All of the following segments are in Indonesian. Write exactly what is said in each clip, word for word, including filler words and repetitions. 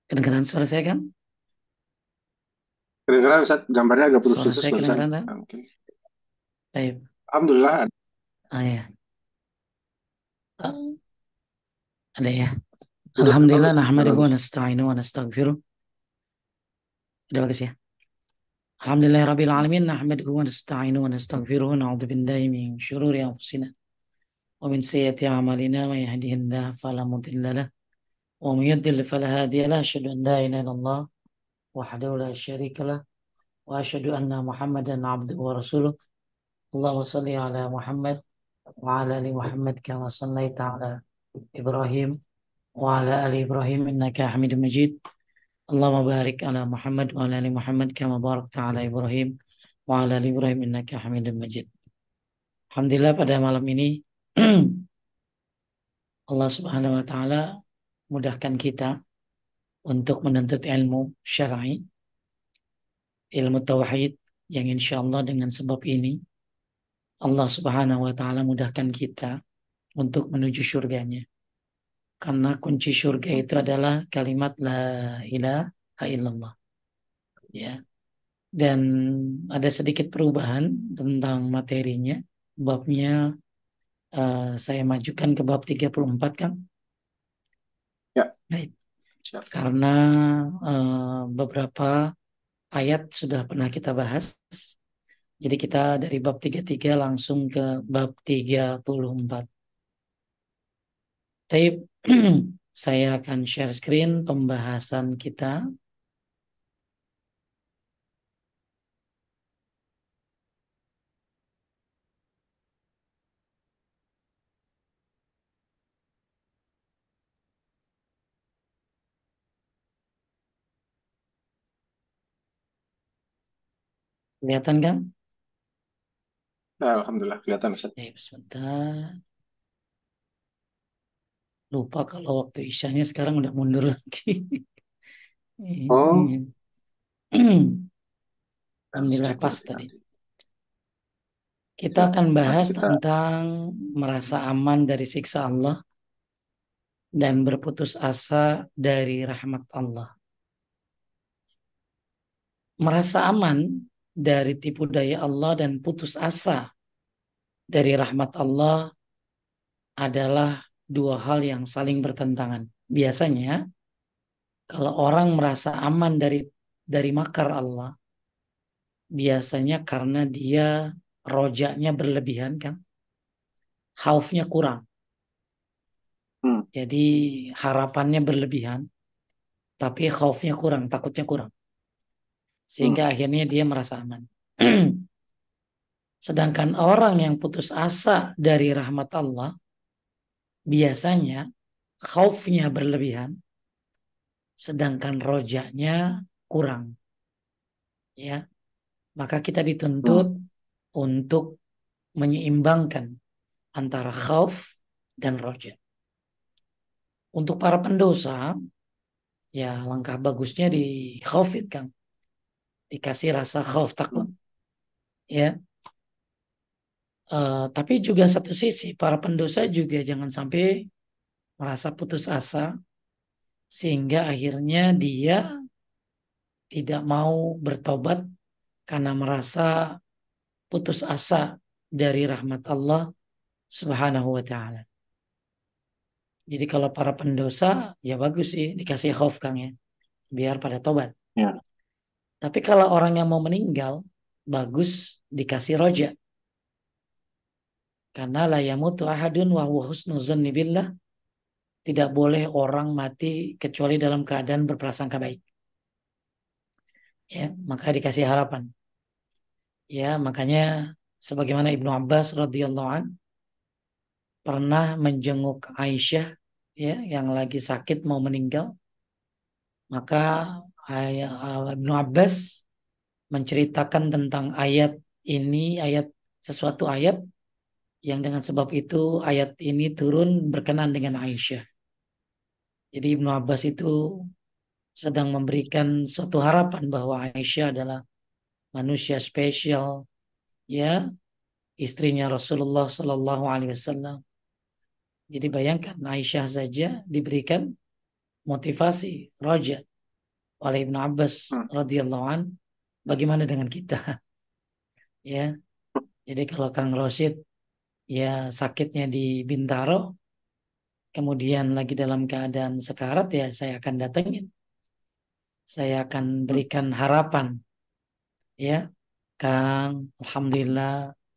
Kedengaran suara saya kan? Kedengeran Ustaz, gambarnya agak Suara putus-putus saya barusan. kedengaran kan? Nah, mungkin. Baik. Alhamdulillah. Ah ya, Ah, ada ya. Udah Alhamdulillah, bagus, udah nahmaduhu wa bagus. nasta'inu wa nastaghfiruh. Udah bagus ya. Alhamdulillah rabbil alamin, nahmaduhu wa nasta'inu wa nastaghfiruh. Na'udzu billahi min syururi anfusina wa min sayyiati a'malina. May yahdihillahu fala mudilla lahu wa may yudlil fala hadiya lahu. Asyhadu an la ilaha illallah wahdahu la syarika lahu wa asyhadu anna Muhammadan 'abduhu wa rasuluh. Allahumma shalli ala Muhammad wa ala ali Muhammad kama shallaita ala Ibrahim wa ala ali Ibrahim innaka Hamidum Majid. Allahumma barik ala Muhammad wa ala ali Muhammad kama barakta ala Ibrahim wa ala ali Ibrahim innaka Hamidum Majid. Alhamdulillah pada malam ini Allah Subhanahu wa taala mudahkan kita untuk menuntut ilmu syar'i, ilmu tauhid yang insya Allah dengan sebab ini Allah Subhanahu wa taala mudahkan kita untuk menuju surganya. Karena kunci surga itu adalah kalimat la ilaha illallah. Ya. Dan ada sedikit perubahan tentang materinya. Babnya eh, saya majukan ke bab tiga puluh empat kan. Ya, Baik. siap. Karena eh, beberapa ayat sudah pernah kita bahas. Jadi kita dari bab tiga puluh tiga langsung ke bab tiga puluh empat. Taib, saya akan share screen pembahasan kita. Kelihatan kan? Nah, Alhamdulillah, kelihatan Ustaz. Taib, sebentar. Lupa kalau waktu isyanya sekarang udah mundur lagi. Oh, harus Alhamdulillah cek pas berarti tadi. nanti. Kita Siap. akan Nanti bahas kita, tentang merasa aman dari siksa Allah dan berputus asa dari rahmat Allah. Merasa aman dari tipu daya Allah dan putus asa dari rahmat Allah adalah dua hal yang saling bertentangan. Biasanya kalau orang merasa aman dari dari makar Allah, biasanya karena dia rojanya berlebihan kan, khaufnya kurang. hmm, Jadi harapannya berlebihan, tapi khaufnya kurang, takutnya kurang. hmm, Sehingga akhirnya dia merasa aman. Sedangkan orang yang putus asa dari rahmat Allah, biasanya khaufnya berlebihan, sedangkan rojanya kurang. Ya, maka kita hmm, dituntut untuk menyeimbangkan antara khauf dan roja. Untuk para pendosa, ya langkah bagusnya di khaufit kan, dikasih rasa khauf takut. hmm, Ya, Eh, tapi juga satu sisi para pendosa juga jangan sampai merasa putus asa sehingga akhirnya dia tidak mau bertobat karena merasa putus asa dari rahmat Allah Subhanahu wa taala. Jadi kalau para pendosa ya bagus sih dikasih khauf Kang ya, biar pada tobat. ya, Tapi kalau orang yang mau meninggal bagus dikasih roja karena la yamutu ahadun wa huwa husnul zanni billah. Tidak boleh orang mati kecuali dalam keadaan berprasangka baik. Ya, maka dikasih harapan. Ya, makanya sebagaimana Ibnu Abbas radhiyallahu an pernah menjenguk Aisyah ya yang lagi sakit mau meninggal, maka Ay- Ibnu Abbas menceritakan tentang ayat ini, ayat sesuatu ayat yang dengan sebab itu ayat ini turun berkenan dengan Aisyah. Jadi Ibnu Abbas itu sedang memberikan suatu harapan bahwa Aisyah adalah manusia spesial, ya, istrinya Rasulullah Sallallahu Alaihi Wasallam. Jadi bayangkan Aisyah saja diberikan motivasi roja. oleh Ibnu Abbas hmm, radhiyallahu an. Bagaimana dengan kita? Ya, jadi kalau Kang Rosid ya sakitnya di Bintaro, kemudian lagi dalam keadaan sekarat, ya saya akan datengin. Saya akan hmm, berikan harapan, ya, Kang, alhamdulillah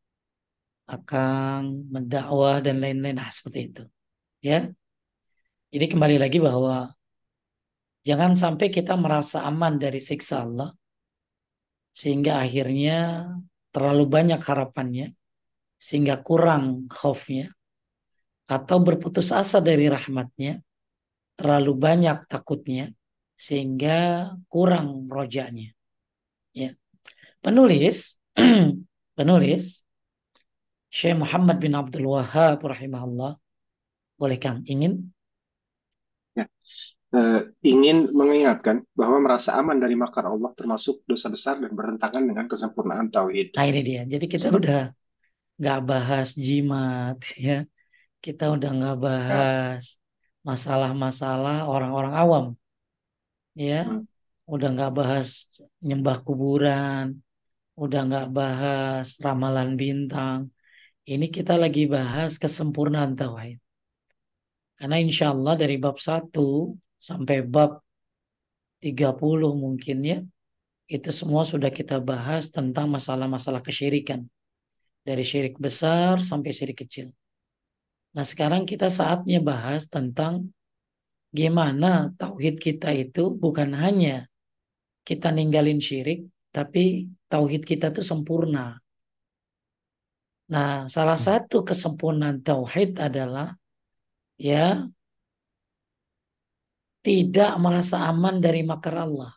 akan mendakwah dan lain-lain. Nah, seperti itu. Ya, jadi kembali lagi bahwa jangan sampai kita merasa aman dari siksa Allah sehingga akhirnya terlalu banyak harapannya sehingga kurang khaufnya, atau berputus asa dari rahmatnya terlalu banyak takutnya sehingga kurang rojanya. Ya. Penulis penulis Syekh Muhammad bin Abdul Wahhab rahimahullah, boleh Kang ingin ya. Eh, ingin mengingatkan bahwa merasa aman dari makar Allah termasuk dosa besar dan bertentangan dengan kesempurnaan tauhid. nah ini dia, jadi kita udah nggak bahas jimat ya, kita udah nggak Ya, bahas masalah-masalah orang-orang awam ya, hmm, udah nggak bahas nyembah kuburan, udah nggak bahas ramalan bintang. Ini kita lagi bahas kesempurnaan tauhid. Karena insya Allah dari bab satu sampai bab tiga puluh mungkin ya, itu semua sudah kita bahas tentang masalah-masalah kesyirikan. Dari syirik besar sampai syirik kecil. Nah sekarang kita saatnya bahas tentang gimana tauhid kita itu bukan hanya kita ninggalin syirik, tapi tauhid kita itu sempurna. Nah salah hmm, satu kesempurnaan tauhid adalah ya tidak merasa aman dari makar Allah.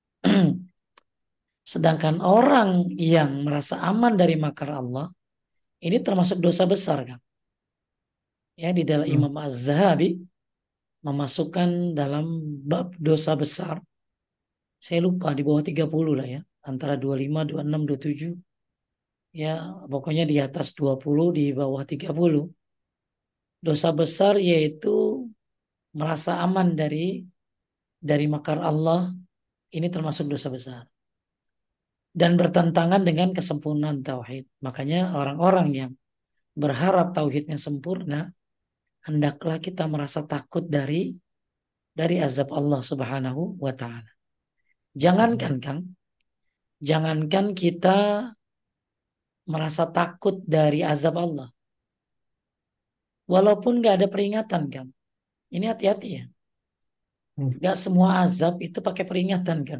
Sedangkan orang yang merasa aman dari makar Allah, ini termasuk dosa besar kan? Ya, di dalam hmm, Imam Az-Zahabi memasukkan dalam bab dosa besar, saya lupa di bawah tiga puluh lah ya, antara dua puluh lima, dua puluh enam, dua puluh tujuh, ya pokoknya di atas dua puluh, di bawah tiga puluh. Dosa besar yaitu merasa aman dari dari makar Allah, ini termasuk dosa besar. Dan bertentangan dengan kesempurnaan tauhid. Makanya orang-orang yang berharap tauhidnya sempurna, hendaklah kita merasa takut dari dari azab Allah Subhanahu wa taala. hmm, Jangankan Kang, jangankan kita merasa takut dari azab Allah. Walaupun nggak ada peringatan Kang. Ini hati-hati ya. hmm. Nggak semua azab itu pakai peringatan kan.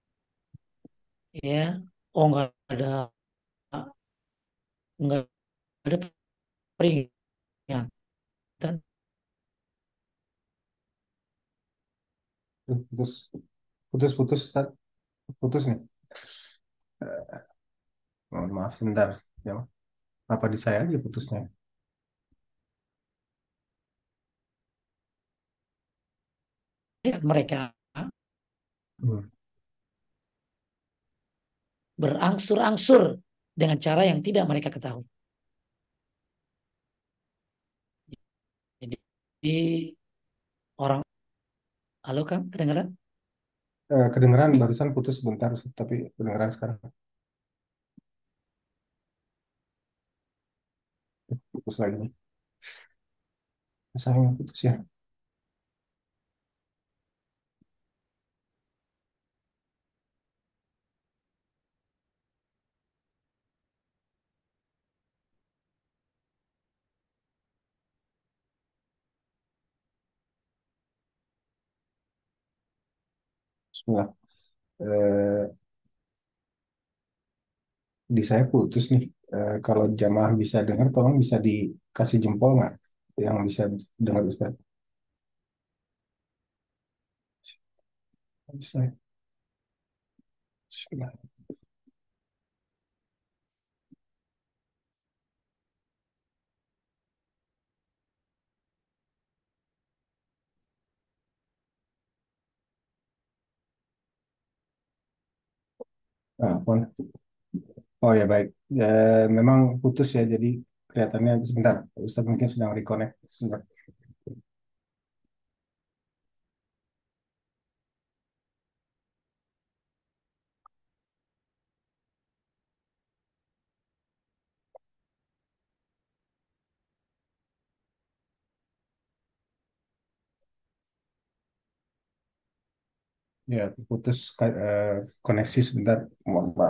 Ya. Oh nggak ada nggak ada peringatan. Putus, putus, putus, Ustaz. Putus nih. Eh, mohon maaf sebentar. Ya, apa di saya aja putusnya? Mereka Hmm. berangsur-angsur dengan cara yang tidak mereka ketahui. Jadi orang, halo Kang, kedengaran? Eh, kedengeran barusan putus sebentar, Ustaz, tapi kedengeran sekarang. Putus lagi nih. Sayang putus ya. Bismillah. Eh, di saya putus nih. Eh, kalau jamaah bisa dengar, tolong bisa dikasih jempol nggak? Yang bisa dengar Ustaz. Bisa. Bismillah. Nah, apa? Oh ya baik. Eh, memang putus ya, jadi kelihatannya sebentar. Ustaz mungkin sedang reconnect. Sebentar. Ya, putus eh, koneksi sebentar. Mohon maaf.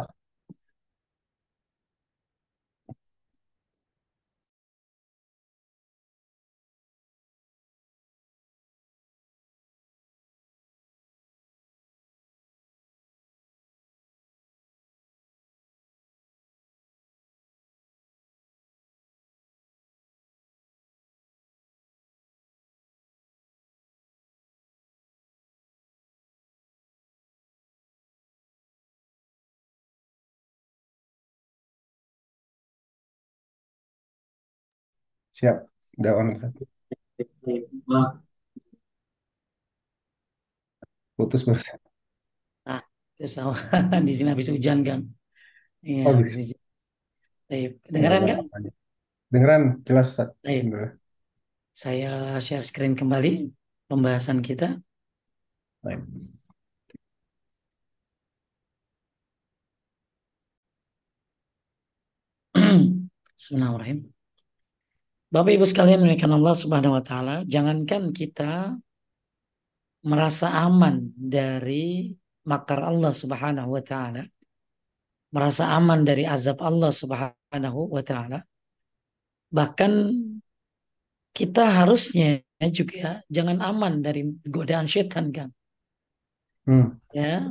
Siap. Udah on, Ustaz. Putus barusan. Ah, terus sama di sini habis hujan kan? Iya, Oh habis gitu. hujan. Baik, Ya kedengaran udah kan? aja. Dengeran jelas, Ustaz. Baik, Alhamdulillah. saya share screen kembali pembahasan kita. Baik. Bismillahirrahmanirrahim. Bapak Ibu sekalian memuliakan Allah Subhanahu wa taala, jangankan kita merasa aman dari makar Allah Subhanahu wa taala, merasa aman dari azab Allah Subhanahu wa taala, bahkan kita harusnya juga jangan aman dari godaan setan kan. Hmm. Ya,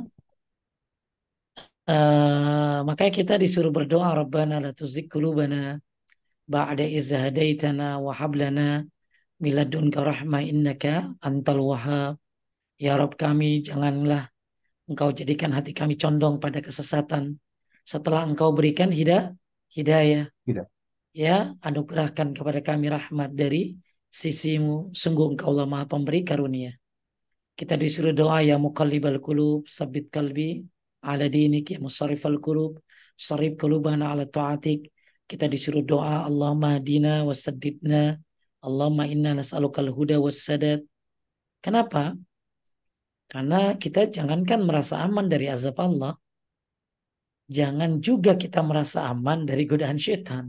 eh, makanya kita disuruh berdoa Rabbana la tuzigh qulubana ba'da idz hadaitana wa hab lana min ladunka rahmah innaka antal wahhab. Ya Rabb kami, janganlah Engkau jadikan hati kami condong pada kesesatan setelah Engkau berikan hidayah. Hidayah. Tidak. Ya, anugerahkan kepada kami rahmat dari sisimu. Sungguh Engkau lah Maha Pemberi karunia. Kita disuruh doa ya muqallibal qulub, sabbit qalbi ala dinik, ya musarrifal qulub, sarif qulubana ala ta'atik. Kita disuruh doa Allahumma hadina wasaddidna, Allahumma inna nas'alukal huda wassadad. Kenapa? Karena kita jangankan merasa aman dari azab Allah, jangan juga kita merasa aman dari godaan syaitan.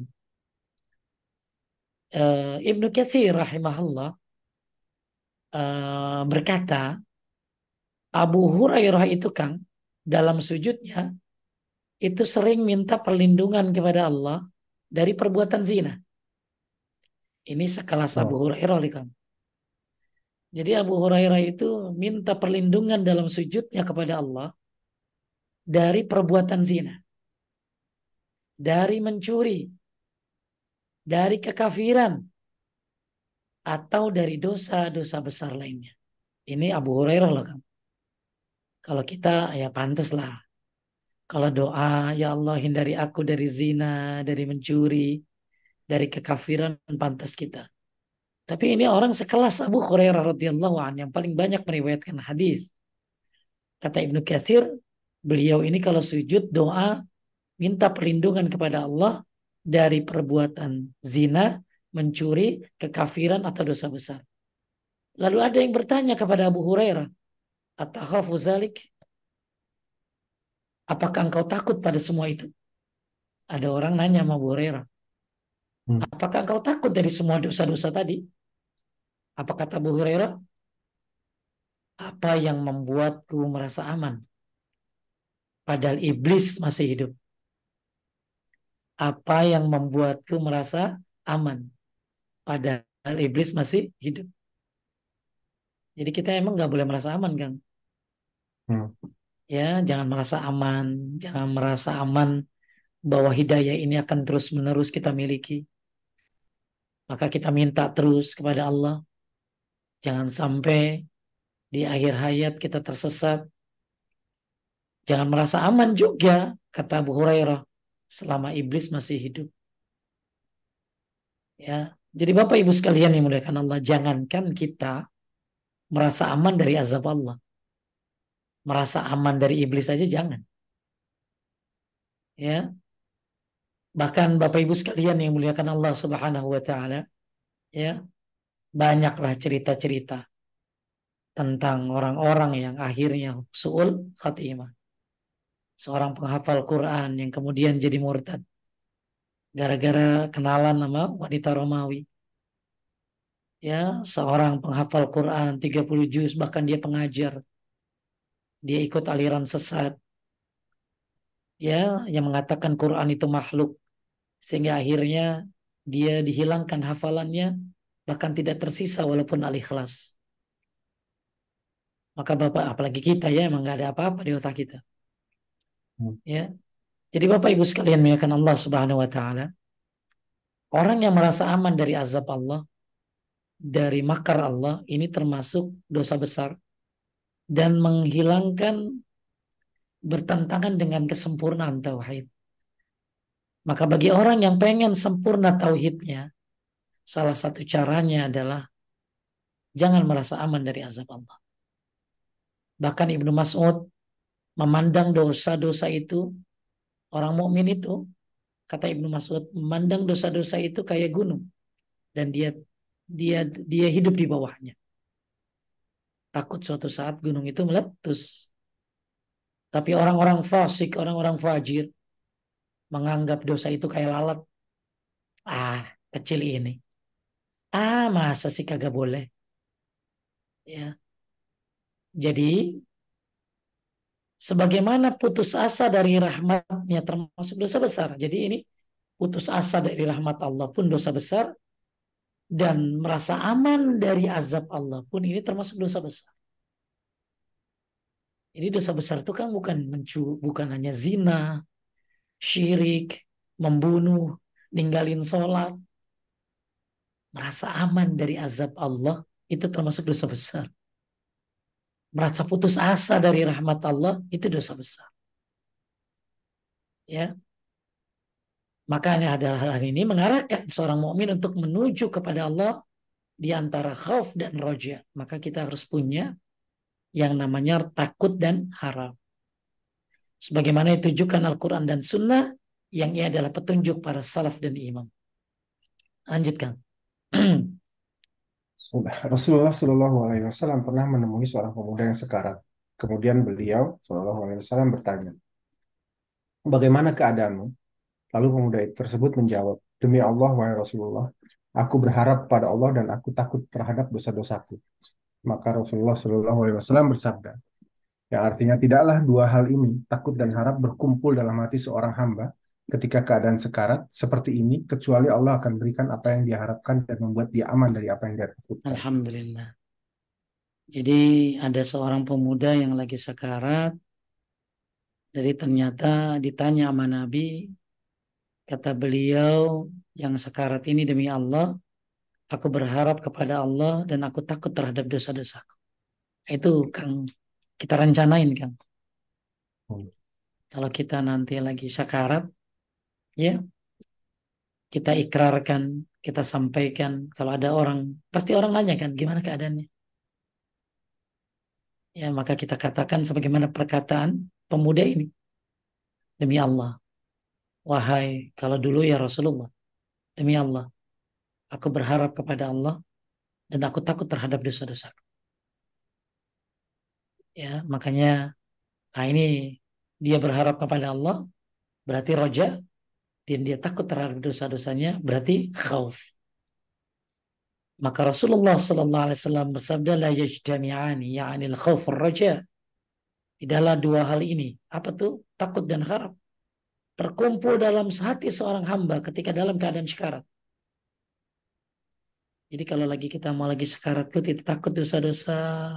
Uh, Ibnu Katsir rahimahullah uh, berkata, Abu Hurairah itu Kang, dalam sujudnya itu sering minta perlindungan kepada Allah dari perbuatan zina. Ini sekelas Abu Oh. Hurairah Kang. Jadi Abu Hurairah itu minta perlindungan dalam sujudnya kepada Allah dari perbuatan zina, dari mencuri, dari kekafiran, atau dari dosa-dosa besar lainnya. Ini Abu Hurairah loh Kang. Kalau kita ya pantas lah. Kalau doa, ya Allah hindari aku dari zina, dari mencuri, dari kekafiran, pantas kita. Tapi ini orang sekelas Abu Hurairah radhiyallahu an yang paling banyak meriwayatkan hadis. Kata Ibnu Katsir, beliau ini kalau sujud doa minta perlindungan kepada Allah dari perbuatan zina, mencuri, kekafiran atau dosa besar. Lalu ada yang bertanya kepada Abu Hurairah, "Atakhafu zalik?" Apakah engkau takut pada semua itu? Ada orang nanya sama Abu Hurairah, Hmm. apakah engkau takut dari semua dosa-dosa tadi? Apa kata Abu Hurairah? Apa yang membuatku merasa aman? Padahal iblis masih hidup. Apa yang membuatku merasa aman? Padahal iblis masih hidup. Jadi kita emang nggak boleh merasa aman, Kang. Hmm. Ya, jangan merasa aman, jangan merasa aman bahwa hidayah ini akan terus-menerus kita miliki. Maka kita minta terus kepada Allah. Jangan sampai di akhir hayat kita tersesat. Jangan merasa aman juga, kata Abu Hurairah, selama iblis masih hidup. Ya, jadi Bapak Ibu sekalian yang muliakan Allah, jangankan kita merasa aman dari azab Allah, merasa aman dari iblis saja jangan. Ya, bahkan Bapak Ibu sekalian yang muliakan Allah Subhanahu wa taala, ya, banyaklah cerita-cerita tentang orang-orang yang akhirnya su'ul khatimah. Seorang penghafal Quran yang kemudian jadi murtad gara-gara kenalan sama wanita Romawi. Ya, seorang penghafal Quran tiga puluh juz, bahkan dia pengajar, dia ikut aliran sesat, ya, yang mengatakan Quran itu makhluk, sehingga akhirnya dia dihilangkan hafalannya, bahkan tidak tersisa walaupun al-ikhlas. Maka Bapak, apalagi kita ya, emang nggak ada apa-apa di otak kita. Hmm. Ya, jadi Bapak Ibu sekalian memuliakan Allah Subhanahu Wa Taala, orang yang merasa aman dari azab Allah, dari makar Allah, ini termasuk dosa besar dan menghilangkan, bertentangan dengan kesempurnaan tauhid. Maka bagi orang yang pengen sempurna tauhidnya, salah satu caranya adalah jangan merasa aman dari azab Allah. Bahkan Ibnu Mas'ud memandang dosa-dosa itu, orang mukmin itu, kata Ibnu Mas'ud, memandang dosa-dosa itu kayak gunung, dan dia dia dia hidup di bawahnya. Takut suatu saat gunung itu meletus. Tapi orang-orang fasik, orang-orang fajir menganggap dosa itu kayak lalat. Ah, kecil ini. Ah, masa sih kagak boleh? Ya. Jadi, sebagaimana putus asa dari rahmatnya termasuk dosa besar. Jadi ini putus asa dari rahmat Allah pun dosa besar, dan merasa aman dari azab Allah pun ini termasuk dosa besar. Jadi dosa besar itu kan bukan mencu, bukan hanya zina, syirik, membunuh, ninggalin sholat. Merasa aman dari azab Allah itu termasuk dosa besar. Merasa putus asa dari rahmat Allah itu dosa besar. Ya, makanya adalah hal ini mengarahkan seorang mukmin untuk menuju kepada Allah di antara khauf dan roja. Maka kita harus punya yang namanya takut dan harap. Sebagaimana ditujukan Al-Quran dan Sunnah, yang ia adalah petunjuk para salaf dan imam. Lanjutkan. Sudah. Rasulullah Shallallahu Alaihi Wasallam pernah menemui seorang pemuda yang sekarat. Kemudian beliau Shallallahu Alaihi Wasallam bertanya, bagaimana keadaanmu? Lalu pemuda itu tersebut menjawab, demi Allah, wahai Rasulullah, aku berharap pada Allah dan aku takut terhadap dosa-dosaku. Maka Rasulullah Shallallahu Alaihi Wasallam bersabda, yang artinya tidaklah dua hal ini, takut dan harap, berkumpul dalam hati seorang hamba ketika keadaan sekarat seperti ini, kecuali Allah akan berikan apa yang dia harapkan dan membuat dia aman dari apa yang dia takutkan. Alhamdulillah. Jadi ada seorang pemuda yang lagi sekarat, jadi ternyata ditanya sama Nabi, kata beliau, yang sekarat ini demi Allah, aku berharap kepada Allah dan aku takut terhadap dosa-dosaku. Itu Kang, kita rencanain Kang. Hmm. Kalau kita nanti lagi sakarat, ya kita ikrarkan, kita sampaikan. Kalau ada orang, pasti orang nanya kan, gimana keadaannya? Ya, maka kita katakan sebagaimana perkataan pemuda ini, demi Allah, wahai, kalau dulu ya Rasulullah, demi Allah, aku berharap kepada Allah dan aku takut terhadap dosa-dosaku. Ya, makanya, nah ini dia berharap kepada Allah, berarti roja, dan dia takut terhadap dosa-dosanya, berarti khauf. Maka Rasulullah sallallahu alaihi wasallam bersabda, la yajtami'ani, ya'ni al-khauf ar-raja. Tidaklah dua hal ini, apa tuh? Takut dan harap, terkumpul dalam hati seorang hamba ketika dalam keadaan sekarat. Jadi kalau lagi kita mau lagi sekarat, kita tidak takut dosa-dosa.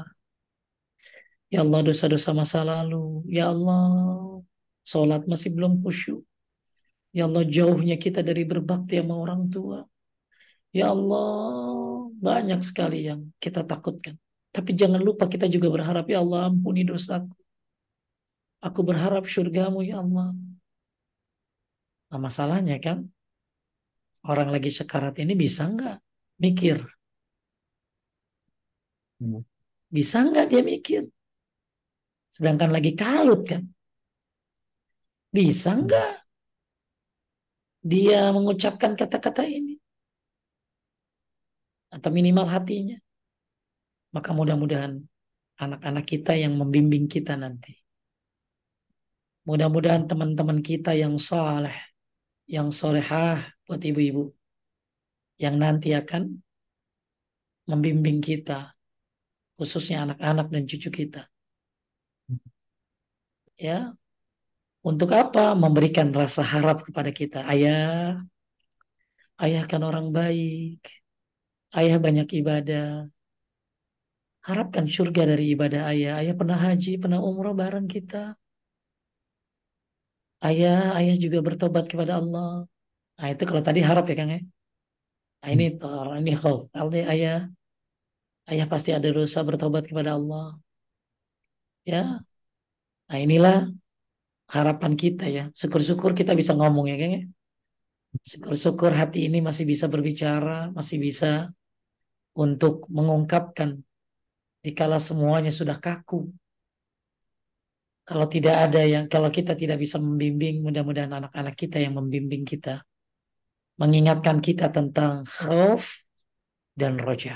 Ya Allah, dosa-dosa masa lalu. Ya Allah, sholat masih belum khusyuk. Ya Allah, jauhnya kita dari berbakti sama orang tua. Ya Allah, banyak sekali yang kita takutkan. Tapi jangan lupa kita juga berharap, ya Allah, ampuni dosaku. Aku berharap surgamu, ya Allah. Nah, masalahnya kan, orang lagi sekarat ini bisa nggak mikir? Hmm. Bisa nggak dia mikir? Sedangkan lagi kalut kan? Bisa nggak dia mengucapkan kata-kata ini? Atau minimal hatinya? Maka mudah-mudahan anak-anak kita yang membimbing kita nanti. Mudah-mudahan teman-teman kita yang saleh, yang solehah buat ibu-ibu, yang nanti akan membimbing kita, khususnya anak-anak dan cucu kita. Ya, untuk apa? Memberikan rasa harap kepada kita. Ayah, ayah kan orang baik. Ayah banyak ibadah. Harapkan surga dari ibadah ayah. Ayah pernah haji, pernah umrah bareng kita. Ayah, ayah juga bertobat kepada Allah. Nah, itu kalau tadi harap ya Kang ya. Nah, ini ini khauf. Artinya ayah, ayah pasti ada dosa bertobat kepada Allah. Ya, nah inilah harapan kita ya. Syukur-syukur kita bisa ngomong ya Kang ya. Syukur-syukur hati ini masih bisa berbicara, masih bisa untuk mengungkapkan dikala semuanya sudah kaku. Kalau tidak ada yang, kalau kita tidak bisa membimbing, mudah-mudahan anak-anak kita yang membimbing kita, mengingatkan kita tentang khauf dan roja.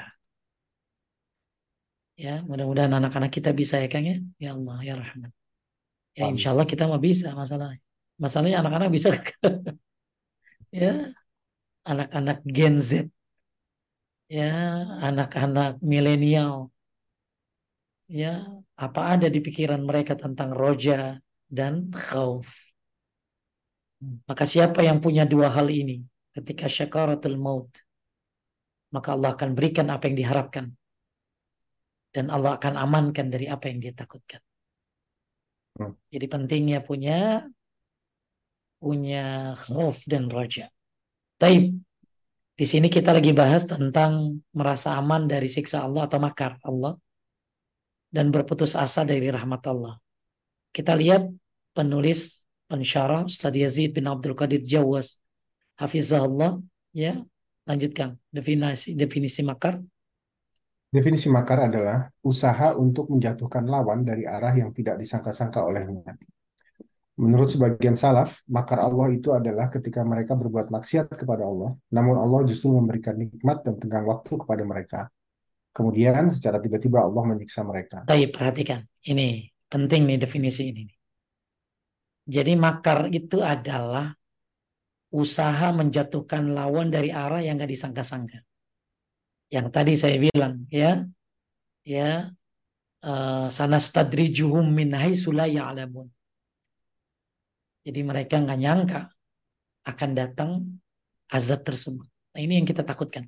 Ya, mudah-mudahan anak-anak kita bisa ya Kang ya. Ya Allah, ya Rahman. Ya insya Amin. Allah kita mah bisa masalahnya. Masalahnya anak-anak bisa ya, anak-anak Gen Z, ya, anak-anak milenial, ya, apa ada di pikiran mereka tentang roja dan khauf. Maka siapa yang punya dua hal ini ketika syakaratul maut, maka Allah akan berikan apa yang diharapkan dan Allah akan amankan dari apa yang dia takutkan. Hmm. Jadi pentingnya punya punya khauf dan roja. Taib. Di sini kita lagi bahas tentang merasa aman dari siksa Allah atau makar Allah dan berputus asa dari rahmat Allah. Kita lihat penulis pensyarah Ustaz Yazid bin Abdul Qadir Jawas hafizahullah, ya, lanjutkan definisi definisi makar. Definisi makar adalah usaha untuk menjatuhkan lawan dari arah yang tidak disangka-sangka olehnya. Menurut sebagian salaf, makar Allah itu adalah ketika mereka berbuat maksiat kepada Allah, namun Allah justru memberikan nikmat dan tenggang waktu kepada mereka. Kemudian secara tiba-tiba Allah menyiksa mereka. Baik, perhatikan. Ini penting nih definisi ini. Jadi makar itu adalah usaha menjatuhkan lawan dari arah yang gak disangka-sangka. Yang tadi saya bilang, ya, ya, uh, sanastadrijuhum min haitsu la ya'lamun. Jadi mereka nggak nyangka akan datang azab tersebut. Nah, ini yang kita takutkan.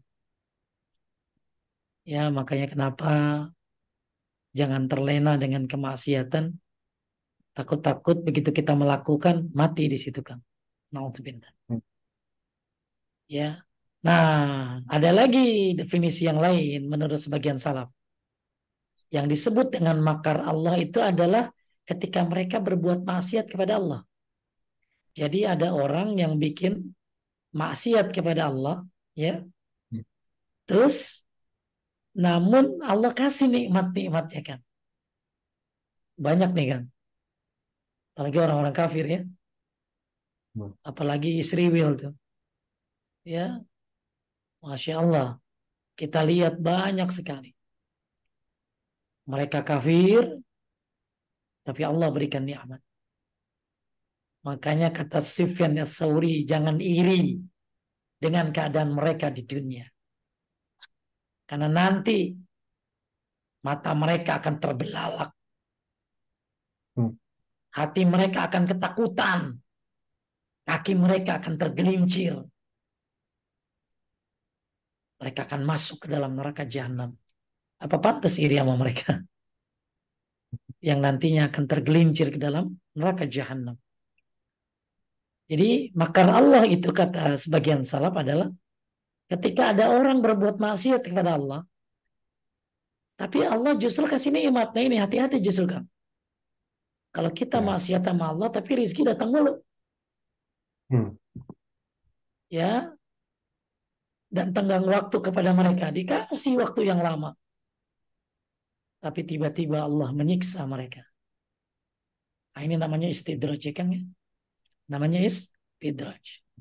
Ya, makanya kenapa jangan terlena dengan kemaksiatan. Takut-takut begitu kita melakukan, mati di situ kan. Nauzubillah. Hmm. Ya. Nah, ada lagi definisi yang lain menurut sebagian salaf. Yang disebut dengan makar Allah itu adalah ketika mereka berbuat maksiat kepada Allah. Jadi ada orang yang bikin maksiat kepada Allah, ya. Terus namun Allah kasih nikmat-nikmatnya kan. Banyak nih kan. Apalagi orang-orang kafir ya. Hmm. Apalagi Israel tuh. Ya, Masya Allah. Kita lihat banyak sekali. Mereka kafir, tapi Allah berikan nikmat. Makanya kata Sufyan Ats-Tsauri, jangan iri dengan keadaan mereka di dunia. Karena nanti mata mereka akan terbelalak. Hmm. Hati mereka akan ketakutan. Kaki mereka akan tergelincir. Mereka akan masuk ke dalam neraka jahanam. Apa pantas iri sama mereka? Yang nantinya akan tergelincir ke dalam neraka jahanam. Jadi makar Allah itu kata sebagian salaf adalah ketika ada orang berbuat maksiat kepada Allah, tapi Allah justru kasih nikmat. Nah ini hati-hati justru kan. Kalau kita Ya. maksiat sama Allah, tapi rezeki datang mulu. Hmm. Ya, dan tenggang waktu kepada mereka. Dikasih waktu yang lama. Tapi tiba-tiba Allah menyiksa mereka. Nah, ini namanya istidraj ya kan ya? Namanya istidraj.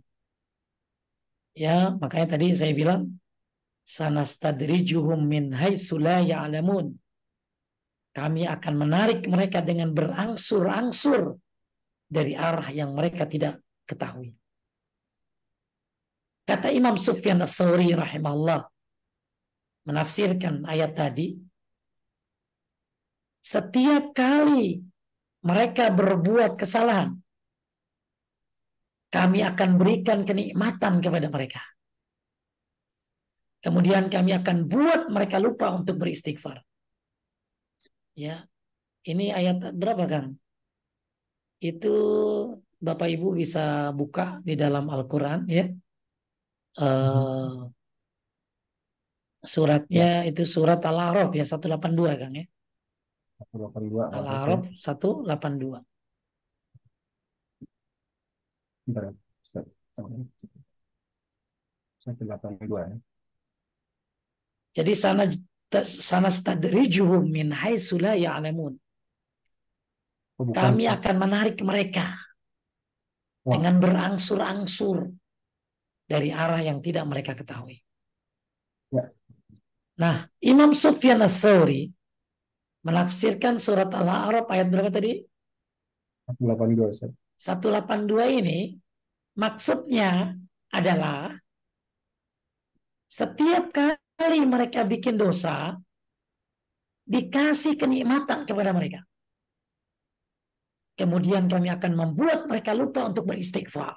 Ya, makanya tadi saya bilang sanastadrijuhum min haitsu la ya'lamun. Kami akan menarik mereka dengan berangsur-angsur dari arah yang mereka tidak ketahui. Kata Imam Sufyan Ats-Tsauri rahimahullah menafsirkan ayat tadi, setiap kali mereka berbuat kesalahan, kami akan berikan kenikmatan kepada mereka. Kemudian kami akan buat mereka lupa untuk beristighfar. Ya, ini ayat berapa, Kang? Itu Bapak Ibu bisa buka di dalam Al-Quran, ya. Uh, suratnya Ya, itu surat Al-A'raf ya, seratus delapan puluh dua, Kang, ya. seratus delapan puluh dua Araf ya. Al-A'raf seratus delapan puluh dua. Bentar, Ustaz. seratus delapan puluh dua ya. Jadi sana sana stadrijuhum min haitsu la ya'lamun. Oh, bukan. Kami akan menarik mereka Wah, dengan berangsur-angsur dari arah yang tidak mereka ketahui. ya. Nah, Imam Sufyan Ats-Tsauri menafsirkan surat Al-A'raf ayat berapa tadi? seratus delapan puluh dua Ustaz. seratus delapan puluh dua ini maksudnya adalah setiap kali mereka bikin dosa, dikasih kenikmatan kepada mereka. Kemudian kami akan membuat mereka lupa untuk beristighfar.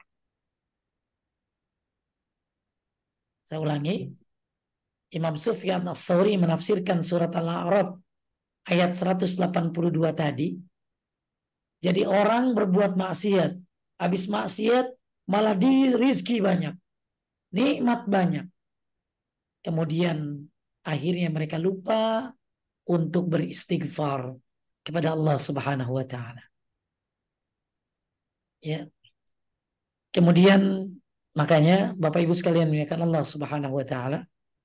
Saya ulangi. Imam Sufyan Ats-Tsauri menafsirkan surat Al-A'raf ayat seratus delapan puluh dua tadi. Jadi orang berbuat maksiat, habis maksiat malah di rizki banyak, nikmat banyak. Kemudian akhirnya mereka lupa untuk beristighfar kepada Allah Subhanahu wa taala. Ya. Kemudian makanya Bapak Ibu sekalian muliakan Allah Subhanahu wa taala.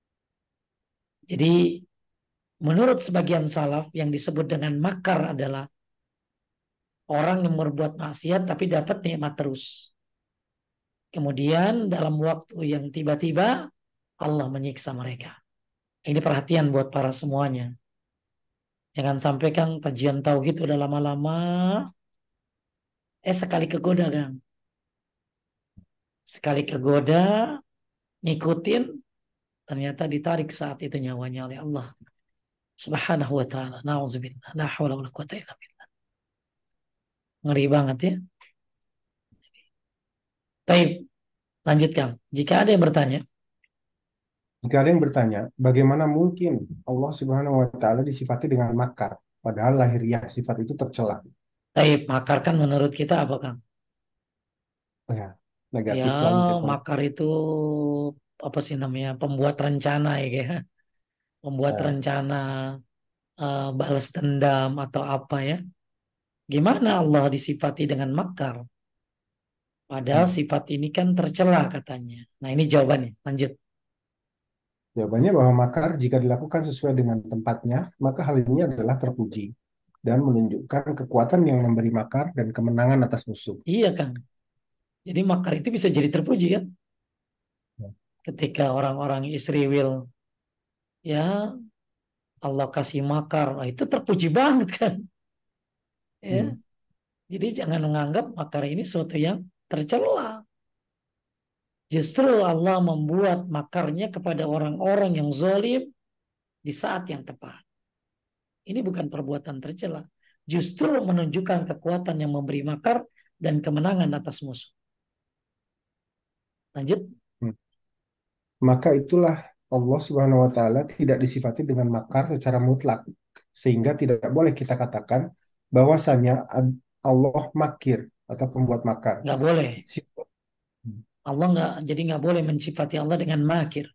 Jadi menurut sebagian salaf yang disebut dengan makar adalah orang yang berbuat maksiat tapi dapat nikmat terus. Kemudian dalam waktu yang tiba-tiba Allah menyiksa mereka. Ini perhatian buat para semuanya. Jangan sampai Kang kajian tauhid udah lama-lama, eh sekali kegoda Kang. Sekali kegoda, ngikutin, ternyata ditarik saat itu nyawanya oleh Allah Subhanahu wa taala. Nauzubillah. La haula wala quwata illa billah. Ngeri banget ya. Baik, lanjut Kang. Jika ada yang bertanya, Jika ada yang bertanya, bagaimana mungkin Allah Subhanahu wa taala disifati dengan makar, padahal lahiriah sifat itu tercela? baik, makar kan menurut kita apa Kang? Oh ya, Ya, negatif selalu kita. makar itu apa sih namanya? Pembuat rencana ya, membuat Nah, rencana uh, balas dendam atau apa ya. Gimana Allah disifati dengan makar? Padahal hmm. sifat ini kan tercela katanya. Nah ini jawabannya. Lanjut. Jawabannya bahwa makar jika dilakukan sesuai dengan tempatnya, maka hal ini adalah terpuji dan menunjukkan kekuatan yang memberi makar dan kemenangan atas musuh. Iya Kang. Jadi makar itu bisa jadi terpuji kan? Ya. Ketika orang-orang Israel ya Allah kasih makar, nah, itu terpuji banget kan? Ya. Hmm. Jadi jangan menganggap makar ini suatu yang tercela. Justru Allah membuat makarnya kepada orang-orang yang zalim di saat yang tepat. Ini bukan perbuatan tercela. Justru menunjukkan kekuatan yang memberi makar dan kemenangan atas musuh. Lanjut. Hmm. Maka itulah Allah Subhanahu wa taala tidak disifati dengan makar secara mutlak, sehingga tidak boleh kita katakan bahwasanya Allah makir atau pembuat makar. Nggak boleh. Sifat Allah nggak, jadi nggak boleh mensifati Allah dengan makir.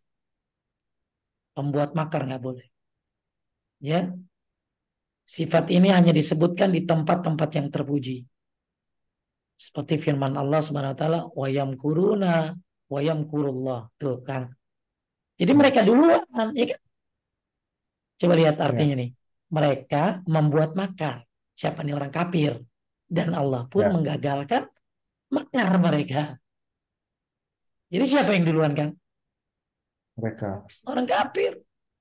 Pembuat makar nggak boleh. Ya. Sifat ini hanya disebutkan di tempat-tempat yang terpuji. Seperti firman Allah Subhanahu wa taala, wa yamkuruna wa yamkurullah. Tuh, Kang. Jadi mereka duluan, ya kan? Coba lihat artinya ya, nih. Mereka membuat makar. Siapa nih orang kafir? Dan Allah pun ya, menggagalkan makar mereka. Jadi siapa yang duluan, Kang? mereka. Orang kafir.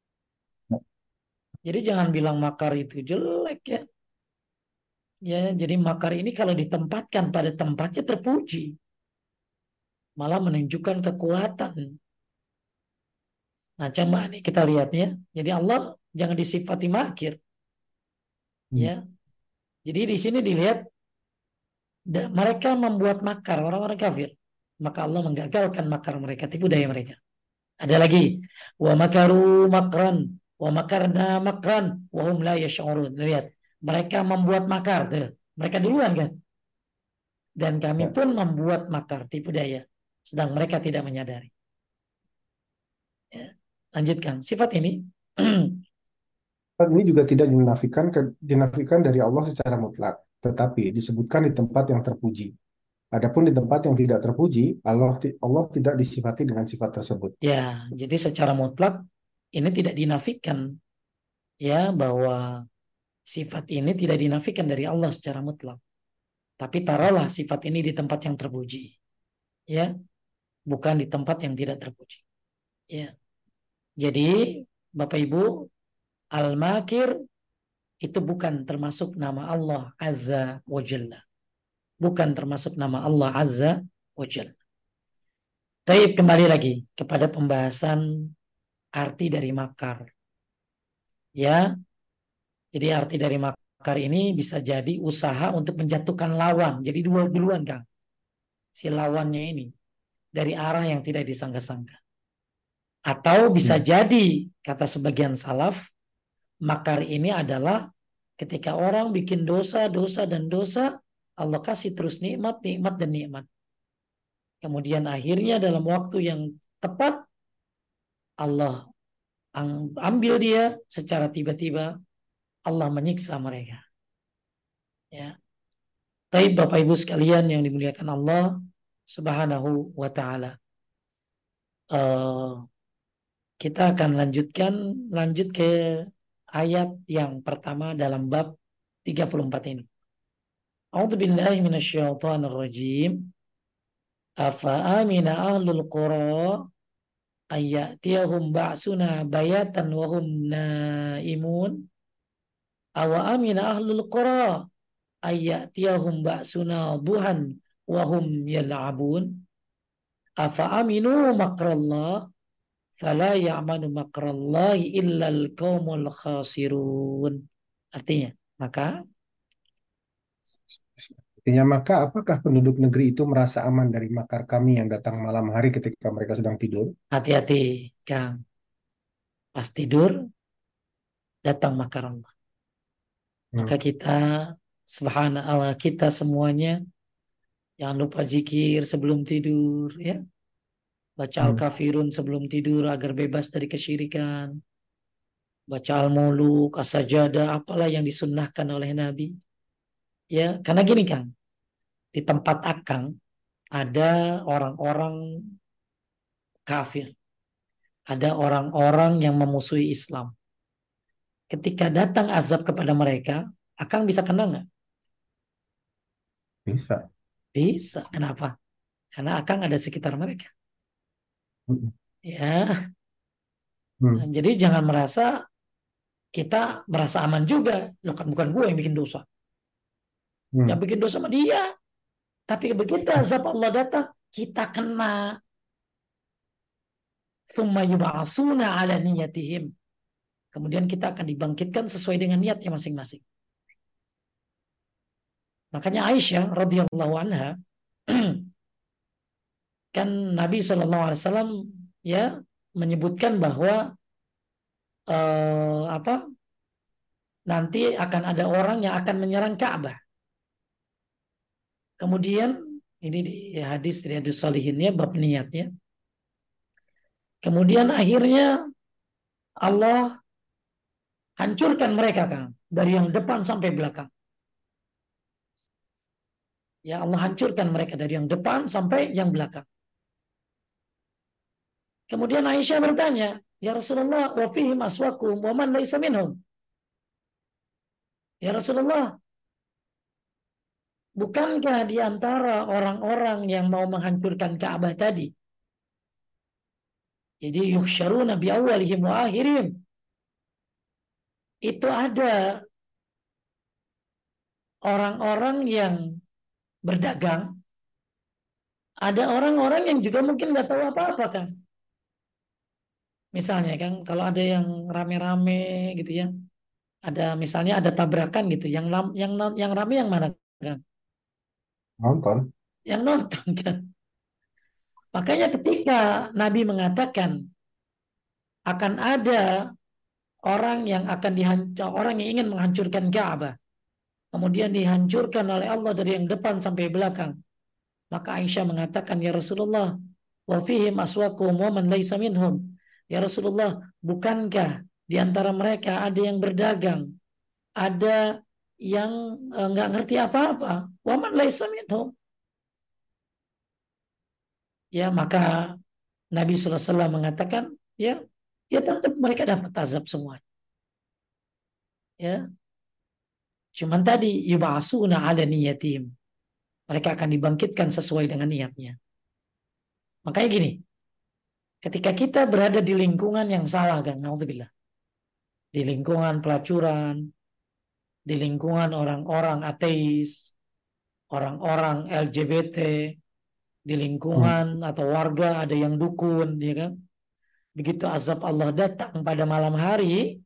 Jadi jangan bilang makar itu jelek ya. Ya, jadi makar ini kalau ditempatkan pada tempatnya terpuji. Malah menunjukkan kekuatan. Nah, coba nih kita lihatnya. Jadi Allah jangan disifati makir. Hmm. Ya. Jadi di sini dilihat mereka membuat makar orang-orang kafir, maka Allah menggagalkan makar mereka, tipu daya mereka. Ada lagi, wa makaru makran, wa makarna makran, wa hum la yash'urun. Lihat, mereka membuat makar, tuh. Mereka duluan kan. Dan kami Ya. pun membuat makar, tipu daya, sedang mereka tidak menyadari. Ya. Lanjutkan, sifat ini Ini juga tidak dinafikan ke- dinafikan dari Allah secara mutlak, tetapi disebutkan di tempat yang terpuji. Adapun di tempat yang tidak terpuji, Allah ti- Allah tidak disifati dengan sifat tersebut. ya, jadi secara mutlak ini tidak dinafikan, ya, bahwa sifat ini tidak dinafikan dari Allah secara mutlak. Tapi taruhlah sifat ini di tempat yang terpuji, ya, bukan di tempat yang tidak terpuji. Ya. Jadi Bapak Ibu, Al-Makir itu bukan termasuk nama Allah Azza wa Jalla. Bukan termasuk nama Allah Azza wa Jalla. Taib, kembali lagi kepada pembahasan arti dari makar. Ya, jadi arti dari makar ini bisa jadi usaha untuk menjatuhkan lawan. Jadi dua duluan, Kang. Si lawannya ini dari arah yang tidak disangka-sangka. Atau bisa Hmm. jadi, kata sebagian salaf, makar ini adalah ketika orang bikin dosa, dosa, dan dosa, Allah kasih terus nikmat, nikmat, dan nikmat. Kemudian akhirnya dalam waktu yang tepat, Allah ambil dia secara tiba-tiba, Allah menyiksa mereka. Ya. Baik Bapak Ibu sekalian yang dimuliakan Allah Subhanahu wa Ta'ala. Uh, kita akan lanjutkan, lanjut ke ayat yang pertama dalam bab tiga puluh empat ini. A'udzu billahi minasyaitonir rajim. Afa amina ahlul qura ayyatiyahum ba'suna bayatan wa hum naimun. Awa amina ahlul qura ayyatiyahum ba'suna duhan wa hum yal'abun. Afa aminu makrallah fala ya'manu makrallahi illal qaumul khasirun. Artinya, maka Artinya, maka apakah penduduk negeri itu merasa aman dari makar kami yang datang malam hari ketika mereka sedang tidur? hati-hati, Kang. Pas tidur, datang makar Allah. Hmm. Maka kita, subhanallah, kita semuanya jangan lupa zikir sebelum tidur, ya. Baca Hmm. Al-Kafirun sebelum tidur agar bebas dari kesyirikan. Baca Al-Muluk, As-Sajadah, apalah yang disunnahkan oleh Nabi. Ya, karena gini Kang, di tempat Akang ada orang-orang kafir, ada orang-orang yang memusuhi Islam. Ketika datang azab kepada mereka, Akang bisa kena nggak? Bisa. Bisa. Kenapa? Karena Akang ada sekitar mereka. Hmm. Ya, Hmm. jadi jangan merasa kita merasa aman juga. Loh kan bukan gue yang bikin dosa. Hmm. Yang bikin dosa sama dia. Tapi begitu azab Allah datang, kita kena. Tsumma yub'atsuna ala niyatihim. Kemudian kita akan dibangkitkan sesuai dengan niatnya masing-masing. Makanya Aisyah radhiyallahu anha kan Nabi shallallahu alaihi wasallam ya menyebutkan bahwa eh, apa nanti akan ada orang yang akan menyerang Ka'bah. Kemudian ini di hadis Riyadhus Shalihinnya bab niatnya. Kemudian akhirnya Allah hancurkan mereka Kang dari yang depan sampai belakang. Ya Allah hancurkan mereka dari yang depan sampai yang belakang. Kemudian Aisyah bertanya, "Ya Rasulullah, wa fihim aswakum wa man laysa minhum?" Ya Rasulullah, bukankah di antara orang-orang yang mau menghancurkan Ka'bah tadi? Jadi yuhsyaruna bi awwalihim wa akhirihim. Itu ada orang-orang yang berdagang, ada orang-orang yang juga mungkin nggak tahu apa-apa kan. Misalnya kan kalau ada yang rame-rame gitu ya, ada misalnya ada tabrakan gitu, yang lam- yang non- yang rame yang mana kan? Nonton. Yang nonton kan. Makanya ketika Nabi mengatakan akan ada orang yang akan dihancur, orang yang ingin menghancurkan Ka'bah, kemudian dihancurkan oleh Allah dari yang depan sampai belakang. Maka Aisyah mengatakan, ya Rasulullah, wa fihim aswakum wa man laysa minhum. Ya Rasulullah, bukankah di antara mereka ada yang berdagang, ada yang eh, nggak ngerti apa-apa, wa man laysa minhum. Ya, maka Nabi sallallahu alaihi wasallam mengatakan, ya, ya tetap mereka dapat azab semua. Ya, cuman tadi yub'asuna ala niyatim. Mereka akan dibangkitkan sesuai dengan niatnya. Makanya gini, ketika kita berada di lingkungan yang salah kan, naudzubillah, di lingkungan pelacuran, di lingkungan orang-orang ateis, orang-orang L G B T, di Hmm. lingkungan atau warga ada yang dukun, ya kan? Begitu azab Allah datang pada malam hari,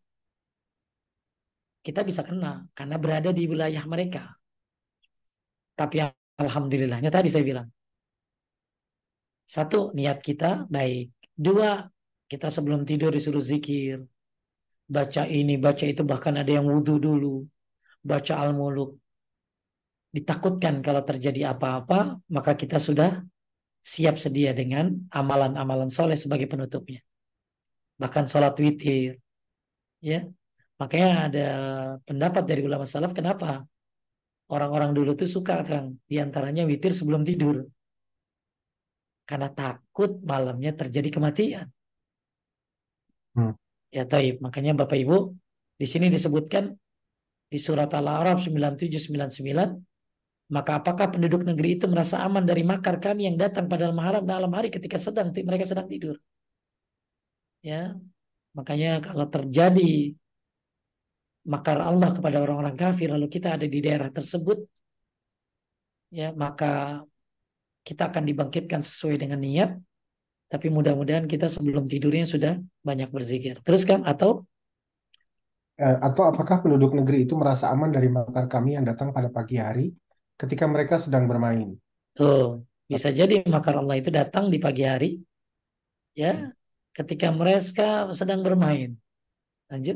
kita bisa kena karena berada di wilayah mereka. Tapi alhamdulillahnya tadi saya bilang, satu, niat kita baik. Dua, kita sebelum tidur disuruh zikir, baca ini, baca itu, bahkan ada yang wudhu dulu, baca al-muluk. Ditakutkan kalau terjadi apa-apa, maka kita sudah siap sedia dengan amalan-amalan soleh sebagai penutupnya. Bahkan sholat witir, ya. Makanya ada pendapat dari ulama salaf, kenapa orang-orang dulu tuh suka kan, diantaranya witir sebelum tidur, karena takut malamnya terjadi kematian. Hmm. Ya, taib. Makanya Bapak Ibu, di sini disebutkan di surat Al-A'raf sembilan puluh tujuh sembilan puluh sembilan, maka apakah penduduk negeri itu merasa aman dari makar kami yang datang pada malam malam hari ketika sedang mereka sedang tidur? Ya, makanya kalau terjadi makar Allah kepada orang-orang kafir lalu kita ada di daerah tersebut, ya, maka kita akan dibangkitkan sesuai dengan niat, tapi mudah-mudahan kita sebelum tidurnya sudah banyak berzikir. Terus kan, atau Eh, atau apakah penduduk negeri itu merasa aman dari makar kami yang datang pada pagi hari ketika mereka sedang bermain? tuh bisa jadi makar Allah itu datang di pagi hari, ya, ketika mereka sedang bermain. Lanjut.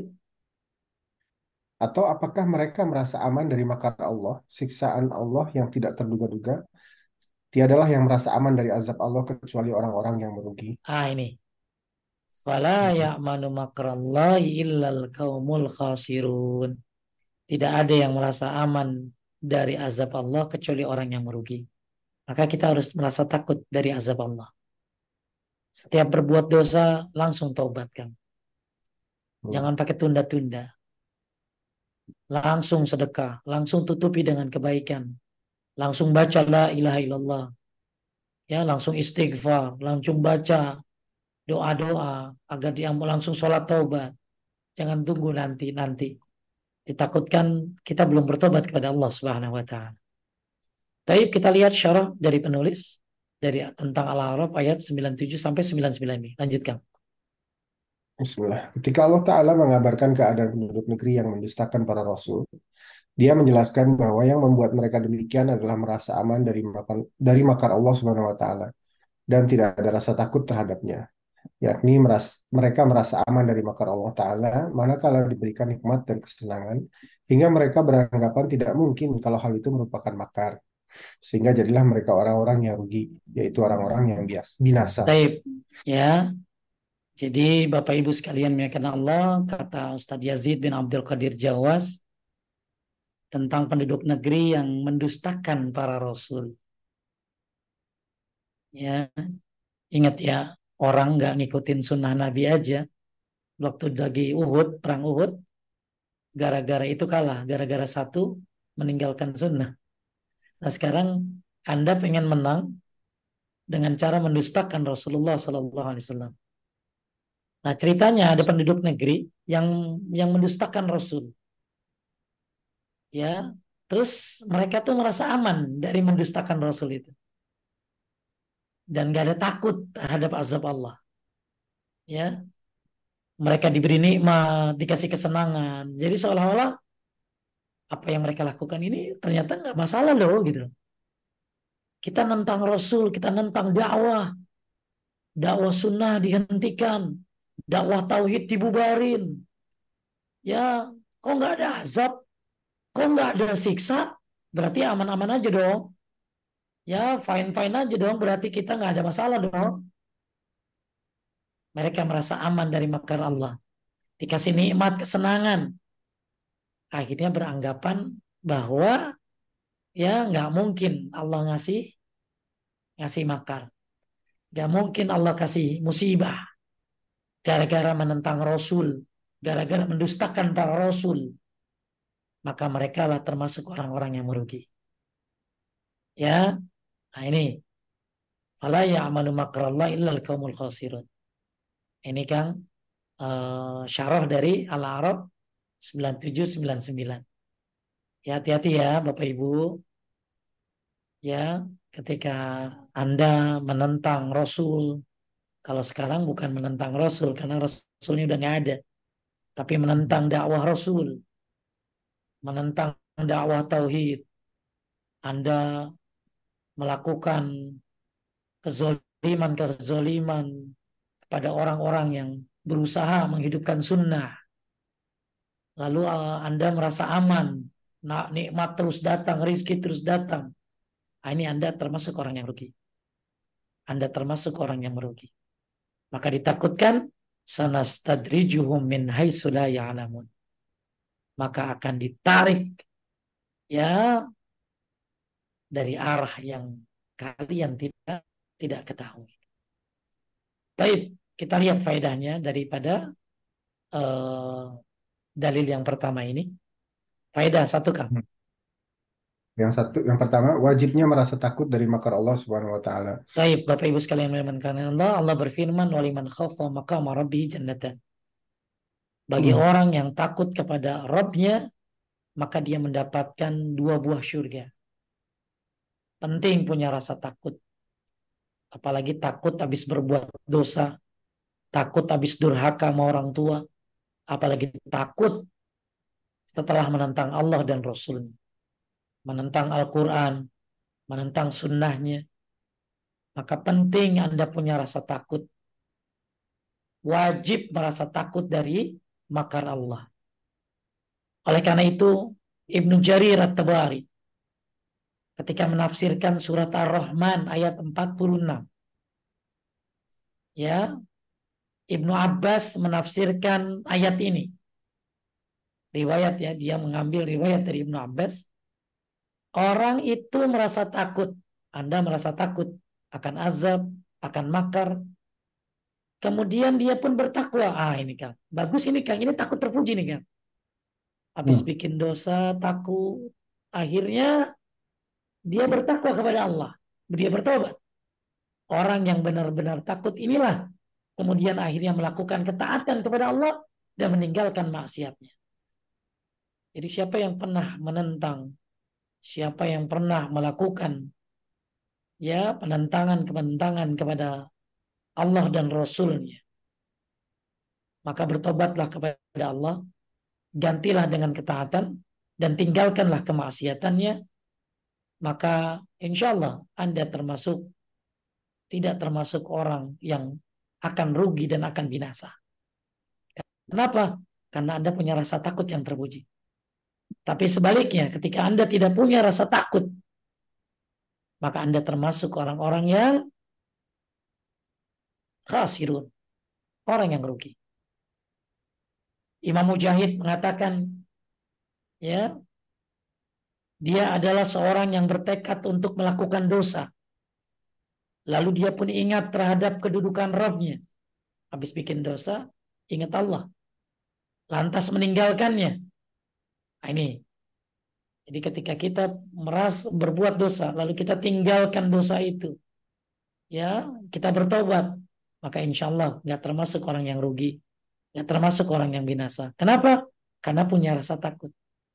Atau apakah mereka merasa aman dari makar Allah, siksaan Allah yang tidak terduga-duga? Tiadalah yang merasa aman dari azab Allah kecuali orang-orang yang merugi. Ah, ini. Fala Hmm. ya'manu makrallahi illal qaumul khasirun. Tidak ada yang merasa aman dari azab Allah kecuali orang yang merugi. Maka kita harus merasa takut dari azab Allah. Setiap berbuat dosa langsung taubatkan. Hmm. Jangan pakai tunda-tunda. Langsung sedekah, langsung tutupi dengan kebaikan. Langsung baca la ilaha illallah. Ya, langsung istighfar, langsung baca doa-doa agar dia langsung sholat taubat. Jangan tunggu nanti nanti. Ditakutkan kita belum bertobat kepada Allah Subhanahu wa taala. Tapi kita lihat syarah dari penulis dari tentang Al-A'raf ayat sembilan puluh tujuh sampai sembilan puluh sembilan ini. Lanjutkan. Bismillah. Ketika Allah Ta'ala mengabarkan keadaan penduduk negeri yang mendustakan para rasul, Dia menjelaskan bahwa yang membuat mereka demikian adalah merasa aman dari makar, dari makar Allah Subhanahu wa taala dan tidak ada rasa takut terhadapnya. Yakni meras, mereka merasa aman dari makar Allah taala manakala diberikan nikmat dan kesenangan hingga mereka beranggapan tidak mungkin kalau hal itu merupakan makar. Sehingga jadilah mereka orang-orang yang rugi, yaitu orang-orang yang bias, binasa. Taib. Ya. Jadi Bapak Ibu sekalian memuliakan Allah, kata Ustadz Yazid bin Abdul Qadir Jawas tentang penduduk negeri yang mendustakan para rasul. Ya, ingat ya, orang nggak ngikutin sunnah Nabi aja. Waktu lagi Uhud, perang Uhud, gara-gara itu kalah, gara-gara satu meninggalkan sunnah. Nah sekarang Anda pengen menang dengan cara mendustakan Rasulullah Sallallahu Alaihi Wasallam. Nah ceritanya ada penduduk negeri yang yang mendustakan Rasul, ya. Terus mereka tuh merasa aman dari mendustakan Rasul itu dan gak ada takut terhadap azab Allah, ya. mereka diberi nikmat, dikasih kesenangan. Jadi seolah-olah apa yang mereka lakukan ini ternyata nggak masalah loh gitu. Kita nentang Rasul, kita nentang dakwah, dakwah sunnah dihentikan, dakwah tauhid dibubarin. Ya, kok nggak ada azab, kok nggak ada siksa, berarti aman-aman aja dong. Ya, fine-fine aja dong, berarti kita nggak ada masalah dong. Mereka merasa aman dari makar Allah. Dikasih nikmat, kesenangan. Akhirnya beranggapan bahwa ya nggak mungkin Allah ngasih ngasih makar. Nggak mungkin Allah kasih musibah gara-gara menentang Rasul, gara-gara mendustakan para Rasul. Maka mereka lah termasuk orang-orang yang merugi. Ya, nah ini. Fala ya'malu makrallah illal qaumul khasirun. Ini kan uh, syarah dari Al-A'raf sembilan tujuh sembilan sembilan. Ya, hati-hati ya Bapak Ibu. Ya, ketika Anda menentang Rasul, kalau sekarang bukan menentang Rasul karena Rasulnya udah nggak ada, tapi menentang dakwah Rasul, menentang dakwah tauhid. Anda melakukan kezoliman-kezoliman kepada orang-orang yang berusaha menghidupkan sunnah. Lalu uh, Anda merasa aman, nah, nikmat terus datang, rizki terus datang. Nah, ini Anda termasuk orang yang rugi. Anda termasuk orang yang merugi. Maka ditakutkan sanastadrijuhum min haitsu la ya'lamun. Maka akan ditarik ya dari arah yang kalian tidak tidak ketahui. Baik, kita lihat faedahnya daripada uh, dalil yang pertama ini. Faedah satu Kang. Yang satu, yang pertama, wajibnya merasa takut dari makar Allah Subhanahu wa taala. Baik, Bapak Ibu sekalian yang Allah, Allah berfirman, "Waliman khafa maqama rabbih jannatan." Bagi Hmm. orang yang takut kepada Rabb-nya, maka dia mendapatkan dua buah syurga. Penting punya rasa takut. Apalagi takut habis berbuat dosa, takut habis durhaka sama orang tua, apalagi takut setelah menentang Allah dan Rasul-Nya, menentang Al-Quran, menentang sunnahnya. Maka penting Anda punya rasa takut. Wajib merasa takut dari makar Allah. Oleh karena itu, Ibnu Jarir At-Tabari ketika menafsirkan surat Ar-Rahman ayat empat puluh enam, ya, Ibnu Abbas menafsirkan ayat ini. Riwayat ya, dia mengambil riwayat dari Ibnu Abbas. Orang itu merasa takut, Anda merasa takut akan azab, akan makar. Kemudian dia pun bertakwa. Ah, ini Kang. Bagus ini Kang, ini takut terpuji nih Kang. Habis Hmm. bikin dosa, takut. Akhirnya dia bertakwa kepada Allah. Dia bertobat. Orang yang benar-benar takut inilah kemudian akhirnya melakukan ketaatan kepada Allah dan meninggalkan maksiatnya. Jadi siapa yang pernah menentang, siapa yang pernah melakukan ya penentangan-penentangan kepada Allah dan Rasul-Nya, maka bertobatlah kepada Allah, gantilah dengan ketaatan dan tinggalkanlah kemaksiatannya, maka insya Allah Anda termasuk tidak termasuk orang yang akan rugi dan akan binasa. Kenapa? Karena Anda punya rasa takut yang terpuji. Tapi sebaliknya, ketika Anda tidak punya rasa takut, maka Anda termasuk orang-orang yang khasirun, orang yang rugi. Imam Mujahid mengatakan, ya, dia adalah seorang yang bertekad untuk melakukan dosa. Lalu dia pun ingat terhadap kedudukan Rabb-Nya. Habis bikin dosa, ingat Allah. Lantas meninggalkannya. Nah, ini. Jadi ketika kita merasa berbuat dosa, lalu kita tinggalkan dosa itu, ya, kita bertobat, maka insya Allah nggak termasuk orang yang rugi, nggak termasuk orang yang binasa. Kenapa? Karena punya rasa takut.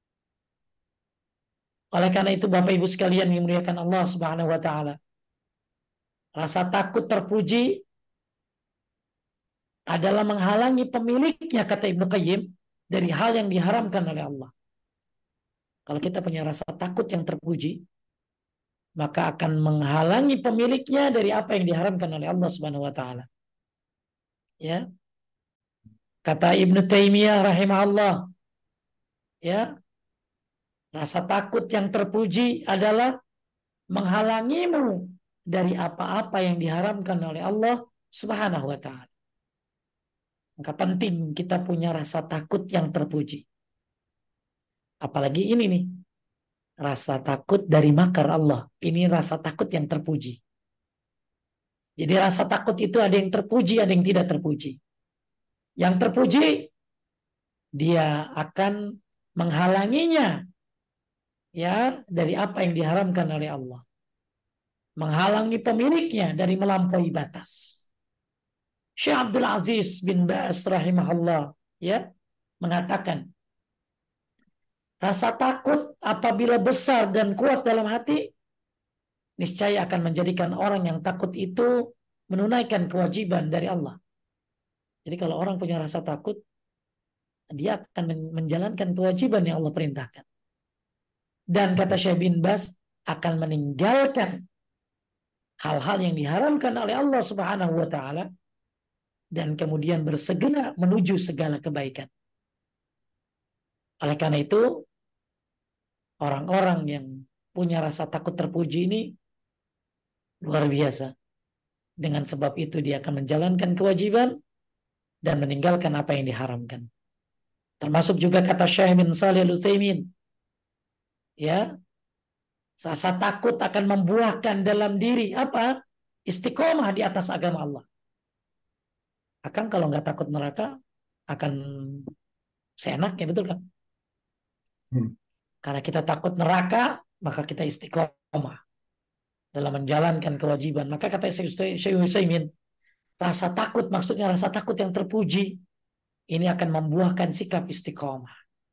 Oleh karena itu Bapak Ibu sekalian yang dimuliakan Allah Subhanahu Wa Taala, rasa takut terpuji adalah menghalangi pemiliknya, kata Ibnu Qayyim, dari hal yang diharamkan oleh Allah. Kalau kita punya rasa takut yang terpuji, maka akan menghalangi pemiliknya dari apa yang diharamkan oleh Allah Subhanahu wa taala. Ya. Kata Ibnu Taimiyah rahimahullah, ya, rasa takut yang terpuji adalah menghalangimu dari apa-apa yang diharamkan oleh Allah Subhanahu wa taala. Maka penting kita punya rasa takut yang terpuji. Apalagi ini nih, rasa takut dari makar Allah. Ini rasa takut yang terpuji. Jadi rasa takut itu ada yang terpuji, ada yang tidak terpuji. Yang terpuji, dia akan menghalanginya, ya, dari apa yang diharamkan oleh Allah. Menghalangi pemiliknya dari melampaui batas. Syekh Abdul Aziz bin Baz rahimahullah, ya, mengatakan, rasa takut apabila besar dan kuat dalam hati, niscaya akan menjadikan orang yang takut itu menunaikan kewajiban dari Allah. Jadi kalau orang punya rasa takut, dia akan menjalankan kewajiban yang Allah perintahkan. Dan kata Syekh bin Baz, akan meninggalkan hal-hal yang diharamkan oleh Allah Subhanahu wa taala dan kemudian bersegera menuju segala kebaikan. Oleh karena itu, orang-orang yang punya rasa takut terpuji ini luar biasa. Dengan sebab itu dia akan menjalankan kewajiban dan meninggalkan apa yang diharamkan. Termasuk juga kata Syekh bin Shalih Al-Utsaimin, ya, rasa takut akan membuahkan dalam diri apa? Istiqomah di atas agama Allah. Akan kalau nggak takut neraka, akan seenaknya, betul kan? Hmm. Karena kita takut neraka, maka kita istiqomah dalam menjalankan kewajiban. Maka kata Syekh Utsaimin, rasa takut, maksudnya rasa takut yang terpuji, ini akan membuahkan sikap istiqomah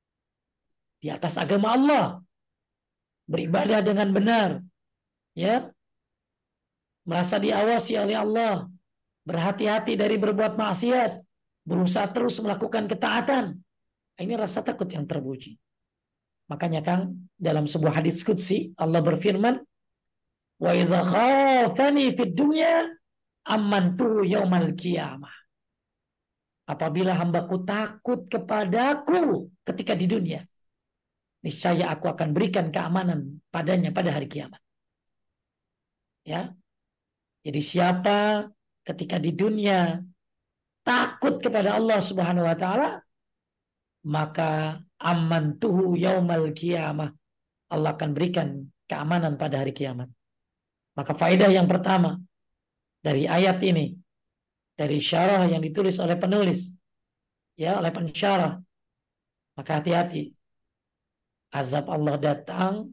di atas agama Allah, beribadah dengan benar, ya, merasa diawasi oleh Allah, berhati-hati dari berbuat maksiat, berusaha terus melakukan ketaatan. Ini rasa takut yang terpuji. Makanya Kang, dalam sebuah hadits qudsi Allah berfirman, wa iza khafani fid dunya amantu yaumal qiyamah. Apabila hambaku takut kepadaku ketika di dunia, niscaya aku akan berikan keamanan padanya pada hari kiamat. Ya. Jadi siapa ketika di dunia takut kepada Allah Subhanahu wa taala, maka amantuhu yaumal qiyamah. Allah akan berikan keamanan pada hari kiamat. Maka faedah yang pertama dari ayat ini, dari syarah yang ditulis oleh penulis, ya, oleh pensyarah, maka hati-hati. Azab Allah datang,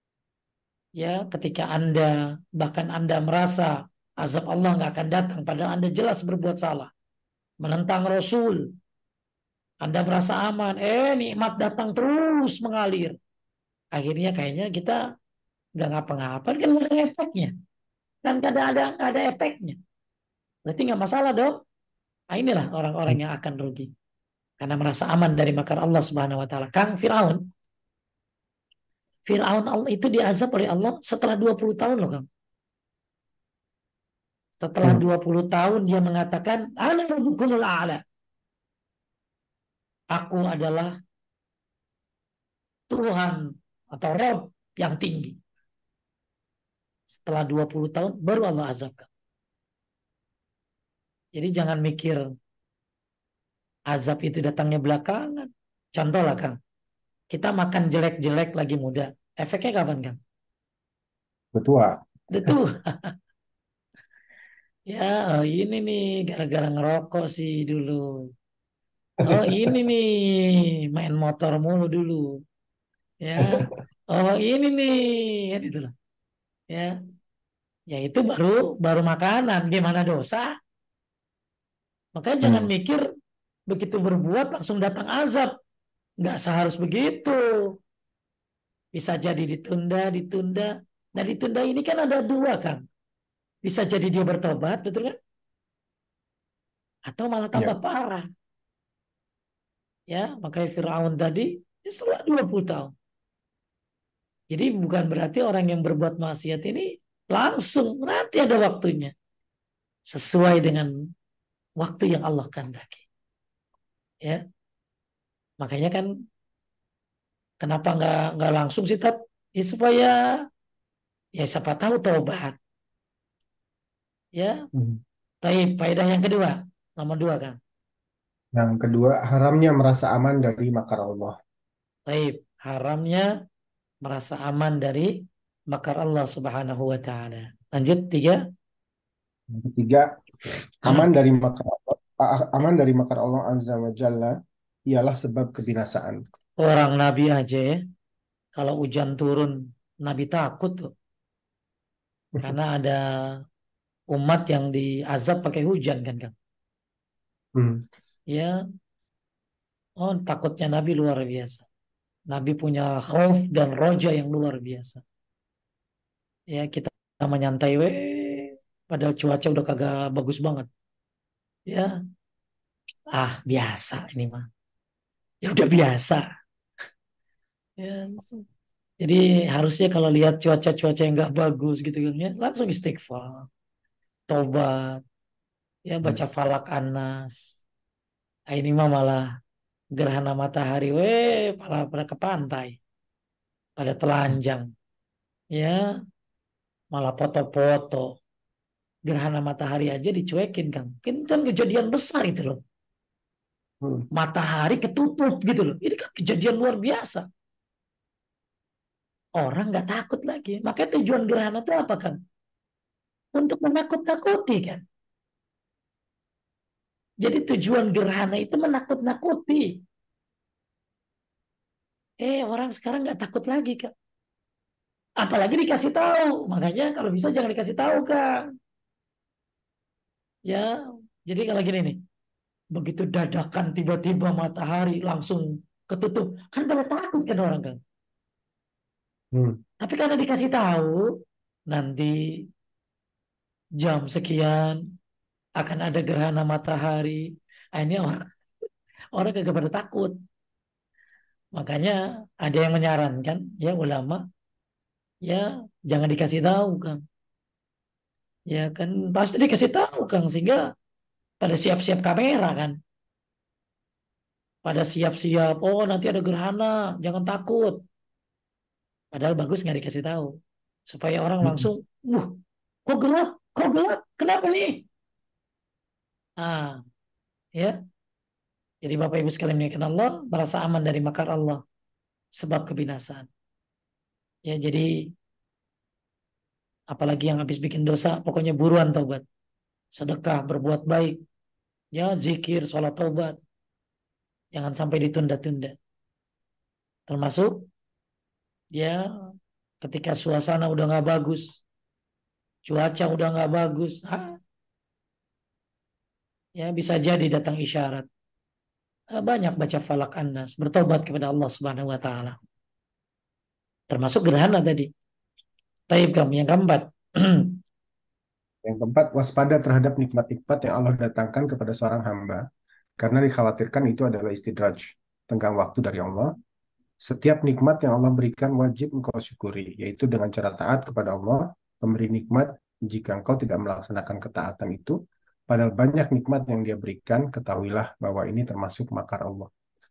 ya, ketika Anda, bahkan Anda merasa azab Allah nggak akan datang, padahal Anda jelas berbuat salah, menentang Rasul. Anda merasa aman, eh nikmat datang terus mengalir. Akhirnya kayaknya kita nggak ngapa-ngapain, kan nggak ada efeknya, kan kadang ada nggak ada efeknya. Berarti nggak masalah dong. Nah, inilah orang-orang yang akan rugi karena merasa aman dari makar Allah Subhanahu wa taala. Kang Firaun, Firaun Allah itu diazab oleh Allah setelah dua puluh tahun loh, Kang. Setelah Hmm. dua puluh tahun dia mengatakan, ana rabbukumul a'la. Aku adalah Tuhan atau Rabb yang tinggi. Setelah dua puluh tahun baru Allah azabkan. Jadi jangan mikir azab itu datangnya belakangan. Contoh lah, Kang. Kita makan jelek-jelek lagi muda. Efeknya kapan, Kang? Betua. Betul. Ya, oh ini nih gara-gara ngerokok sih dulu. Oh ini nih main motor mulu dulu. Ya. Oh ini nih, ya gitu loh. Ya. Ya itu baru baru makanan. Gimana dosa? Makanya jangan Hmm. mikir begitu berbuat langsung datang azab. Nggak seharus begitu. Bisa jadi ditunda, ditunda. Nah ditunda ini kan ada dua, Kang. Bisa jadi dia bertobat, betul kan? atau malah Ya. tambah parah. Ya, makanya Firaun tadi ya setelah dua puluh tahun. Jadi bukan berarti orang yang berbuat maksiat ini langsung nanti ada waktunya sesuai dengan waktu yang Allah kehendaki. Ya, makanya kan kenapa nggak nggak langsung sih Tat? Ya supaya ya siapa tahu tobat. Ya, Hmm. baik. Faedah yang kedua, nomor dua kan. Yang kedua, haramnya merasa aman dari makar Allah. Baik, haramnya merasa aman dari makar Allah Subhanahu wa taala. Lanjut tiga. Yang ketiga, aman dari makar Allah, a- aman dari makar Allah Azza wa Jalla ialah sebab kebinasaan. Orang Nabi aja ya, kalau hujan turun, Nabi takut tuh. Karena ada umat yang diazab pakai hujan kan kan. Hmm. Ya, oh takutnya Nabi luar biasa. Nabi punya khauf dan roja yang luar biasa. Ya, kita menyantai we, padahal cuaca udah kagak bagus banget. Ya, ah biasa ini mah. Ya udah biasa. Ya, jadi harusnya kalau lihat cuaca-cuaca yang nggak bagus gitu kan ya, langsung istighfar, tobat, ya Hmm. baca falak Anas. Ah, ini mah malah gerhana matahari, weh, malah pada ke pantai, pada telanjang, ya, malah foto-foto. Gerhana matahari aja dicuekin kan, kan kan kejadian besar itu loh. Hmm. Matahari ketutup gitu loh. Ini kan kejadian luar biasa. Orang nggak takut lagi. Makanya tujuan gerhana itu apa kan? Untuk menakut-nakuti kan. Jadi tujuan gerhana itu menakut-nakuti. Eh orang sekarang nggak takut lagi kan. Apalagi dikasih tahu. Makanya kalau bisa jangan dikasih tahu kan. Ya, jadi kalau gini nih, begitu dadakan tiba-tiba matahari langsung ketutup, kan pada takut kan orang kan. Hmm. Tapi karena dikasih tahu, nanti jam sekian akan ada gerhana matahari. Akhirnya orang orang kagak pada takut. Makanya ada yang menyarankan, ya ulama, ya jangan dikasih tahu kan. Ya kan pasti dikasih tahu kan sehingga pada siap-siap kamera kan. Pada siap-siap, oh nanti ada gerhana, jangan takut. Padahal bagus nggak dikasih tahu. Supaya orang Hmm. langsung, wah, kok gelap? Kok gelap? Kenapa nih? Ah, ya. Jadi Bapak Ibu sekalian memuliakan Allah, merasa aman dari makar Allah sebab kebinasaan. Ya, jadi apalagi yang habis bikin dosa, pokoknya buruan taubat. Sedekah, berbuat baik, ya zikir, sholat taubat. Jangan sampai ditunda-tunda. Termasuk ya ketika suasana udah nggak bagus, cuaca udah nggak bagus, ah, ya bisa jadi datang isyarat. Ah, banyak baca falak Anas, bertobat kepada Allah Subhanahu Wa Taala. Termasuk gerhana tadi. Taib kamu yang keempat. Yang keempat, waspada terhadap nikmat-nikmat yang Allah datangkan kepada seorang hamba, karena dikhawatirkan itu adalah istidraj, tenggang waktu dari Allah. Setiap nikmat yang Allah berikan wajib engkau syukuri, yaitu dengan cara taat kepada Allah, pemberi nikmat. Jika engkau tidak melaksanakan ketaatan itu, padahal banyak nikmat yang dia berikan, ketahuilah bahwa ini termasuk makar Allah.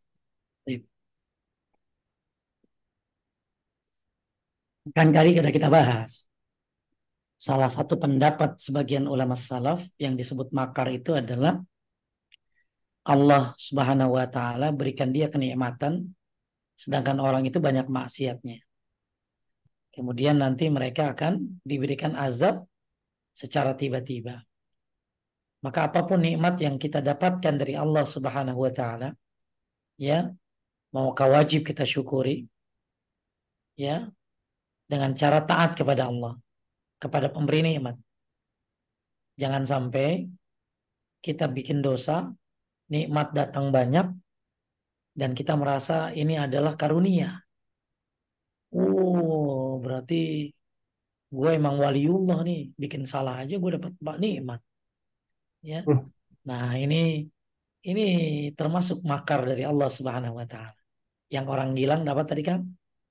Kan kali kita kita bahas. Salah satu pendapat sebagian ulama salaf yang disebut makar itu adalah Allah Subhanahu wa taala berikan dia kenikmatan sedangkan orang itu banyak maksiatnya. Kemudian nanti mereka akan diberikan azab secara tiba-tiba. Maka apapun nikmat yang kita dapatkan dari Allah Subhanahu wa taala, ya, maukah wajib kita syukuri, ya, dengan cara taat kepada Allah, kepada pemberi nikmat. Jangan sampai kita bikin dosa, nikmat datang banyak dan kita merasa ini adalah karunia. Oh, berarti gue emang waliullah nih, bikin salah aja gue dapat nikmat, ya. Hmm. Nah, ini ini termasuk makar dari Allah Subhanahu wa taala. Yang orang bilang dapat tadi kan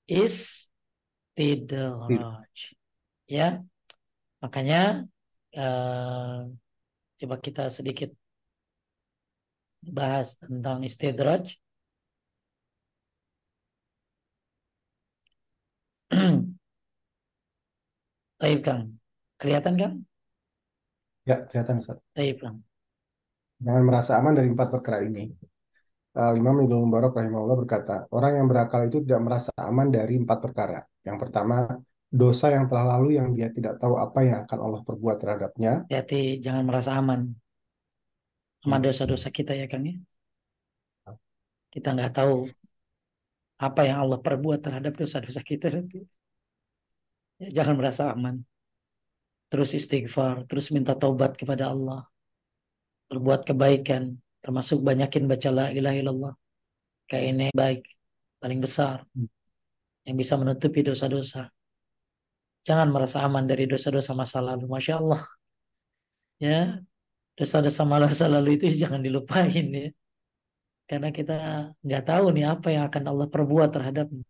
istidraj. Ya, makanya eh, coba kita sedikit bahas tentang istidraj. Taib Kang. Kelihatan kan? Ya, kelihatan Ustaz. Taib Kang. Jangan merasa aman dari empat perkara ini. Uh, Imam Ibnu Mubarak rahimahullah berkata, orang yang berakal itu tidak merasa aman dari empat perkara. Yang pertama, dosa yang telah lalu yang dia tidak tahu apa yang akan Allah perbuat terhadapnya. Hati-hati, jangan merasa aman sama Hmm. dosa-dosa kita ya Kang ya. Kita nggak tahu apa yang Allah perbuat terhadap dosa-dosa kita nanti. Ya, jangan merasa aman. Terus istighfar, terus minta taubat kepada Allah, berbuat kebaikan, termasuk banyakin baca la ilaha illallah. Kayak ini baik, paling besar yang bisa menutupi dosa-dosa. Jangan merasa aman dari dosa-dosa masa lalu. Masya Allah, ya dosa-dosa masa lalu itu jangan dilupain ya, karena kita nggak tahu nih apa yang akan Allah perbuat terhadapnya.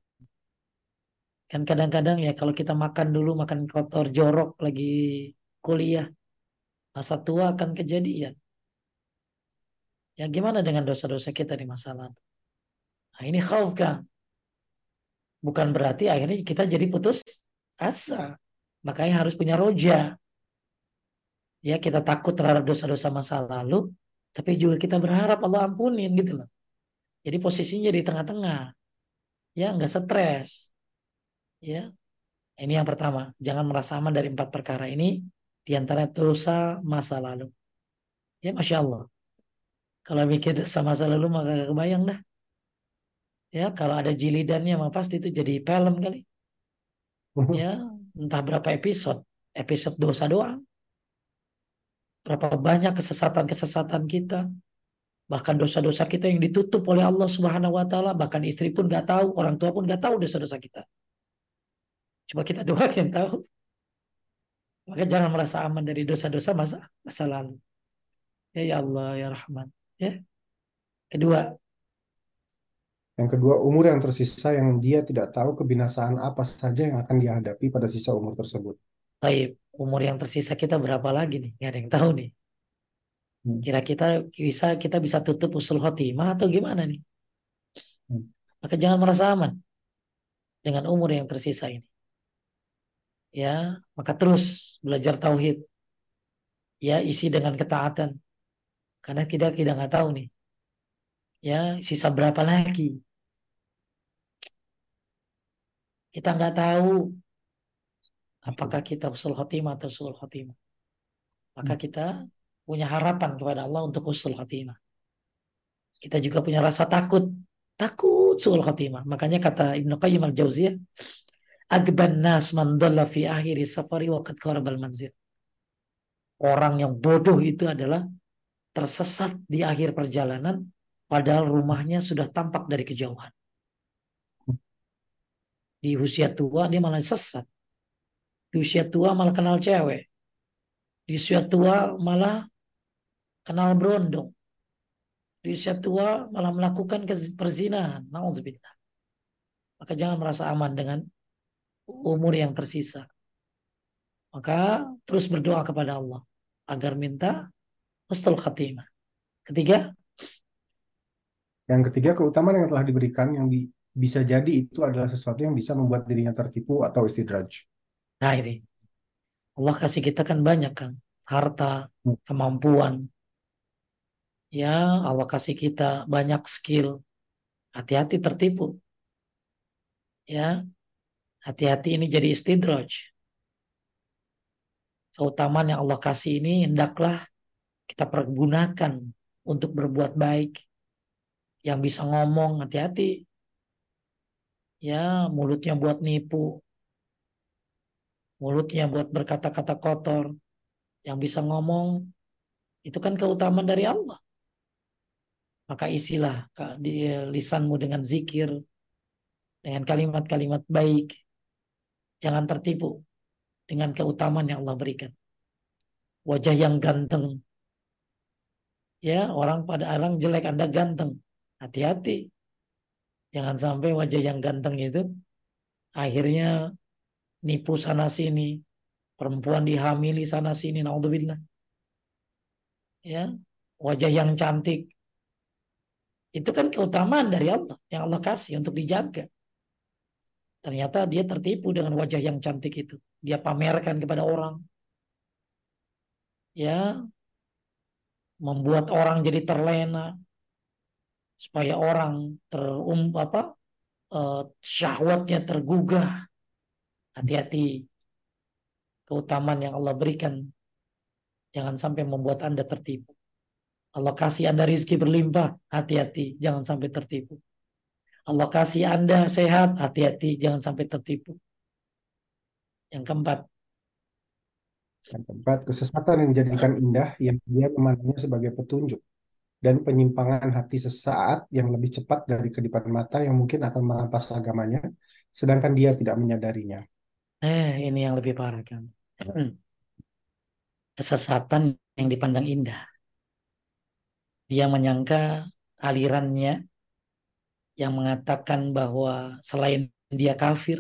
Kan kadang-kadang ya kalau kita makan dulu makan kotor jorok lagi kuliah, masa tua akan kejadian. Ya gimana dengan dosa-dosa kita di masa lalu? Nah, ini khauf kan. Bukan berarti akhirnya kita jadi putus asa. Makanya harus punya roja. Ya kita takut terhadap dosa-dosa masa lalu, tapi juga kita berharap Allah ampunin gitu loh. Jadi posisinya di tengah-tengah. Ya nggak stres. Ya ini yang pertama. Jangan merasa aman dari empat perkara ini di antara dosa masa lalu. Ya Masya Allah. Kalau mikir dosa masa lalu maka gak kebayang dah. Ya kalau ada jilidannya mah pasti itu jadi film kali. Ya entah berapa episode. Episode dosa doang. Berapa banyak kesesatan-kesesatan kita. Bahkan dosa-dosa kita yang ditutup oleh Allah Subhanahu wa taala, bahkan istri pun nggak tahu, orang tua pun nggak tahu dosa-dosa kita. Coba kita doang yang tahu. Maka jangan merasa aman dari dosa-dosa masa masa lalu. Ya, ya Allah ya Rahman. Ya. Kedua, Yang kedua, umur yang tersisa yang dia tidak tahu kebinasaan apa saja yang akan dia hadapi pada sisa umur tersebut. taib, umur yang tersisa kita berapa lagi nih? Nggak ada yang tahu nih. Hmm. Kira kita bisa kita bisa tutup usul khotimah atau gimana nih? Hmm. Maka jangan merasa aman dengan umur yang tersisa ini. Ya, maka terus belajar tauhid. Ya, isi dengan ketaatan. Karena kita tidak nggak tahu nih. Ya, sisa berapa lagi? Kita nggak tahu apakah kita usul khotimah atau suul khotimah. Maka Hmm. kita punya harapan kepada Allah untuk usul khotimah. Kita juga punya rasa takut. Takut suul khotimah. Makanya kata Ibnu Qayyim al-Jauziyah, Agban nas man dhalla fi akhiri safari wa qad qarabal manzil. Orang yang bodoh itu adalah tersesat di akhir perjalanan padahal rumahnya sudah tampak dari kejauhan. Di usia tua dia malah sesat. Di usia tua malah kenal cewek. Di usia tua malah kenal berondong. Di usia tua malah melakukan perzinahan. Nauzubillah. Maka jangan merasa aman dengan umur yang tersisa. Maka terus berdoa kepada Allah agar minta husnul khatimah. Ketiga, Yang ketiga, keutamaan yang telah diberikan yang bi- bisa jadi itu adalah sesuatu yang bisa membuat dirinya tertipu atau istidraj. nah ini Allah kasih kita kan banyak kan harta, Hmm. kemampuan. Ya Allah kasih kita banyak skill. Hati-hati tertipu. Ya hati-hati ini jadi istidraj. Keutamaan yang Allah kasih ini hendaklah kita pergunakan untuk berbuat baik. Yang bisa ngomong hati-hati. Ya mulutnya buat nipu. Mulutnya buat berkata-kata kotor. Yang bisa ngomong itu kan keutamaan dari Allah. Maka isilah di lisanmu dengan zikir, dengan kalimat-kalimat baik. Jangan tertipu dengan keutamaan yang Allah berikan. Wajah yang ganteng, Ya, orang pada orang jelek, Anda ganteng. Hati-hati. Jangan sampai wajah yang ganteng itu akhirnya nipu sana sini. Perempuan dihamili sana sini. Naudzubillah. Ya, wajah yang cantik. Itu kan keutamaan dari Allah. Yang Allah kasih untuk dijaga. Ternyata dia tertipu dengan wajah yang cantik itu. Dia pamerkan kepada orang. Ya, membuat orang jadi terlena. Supaya orang terum apa eh, syahwatnya tergugah. Hati-hati, keutamaan yang Allah berikan jangan sampai membuat Anda tertipu. Allah kasih Anda rizki berlimpah, hati-hati, jangan sampai tertipu. Allah kasih Anda sehat, hati-hati, jangan sampai tertipu. Yang keempat, Yang keempat, kesesatan yang dijadikan indah yang dia memandangnya sebagai petunjuk dan penyimpangan hati sesaat yang lebih cepat dari kedipan mata yang mungkin akan merampas agamanya, sedangkan dia tidak menyadarinya. eh ini yang lebih parah kan. Kesesatan yang dipandang indah. Dia menyangka alirannya yang mengatakan bahwa selain dia kafir,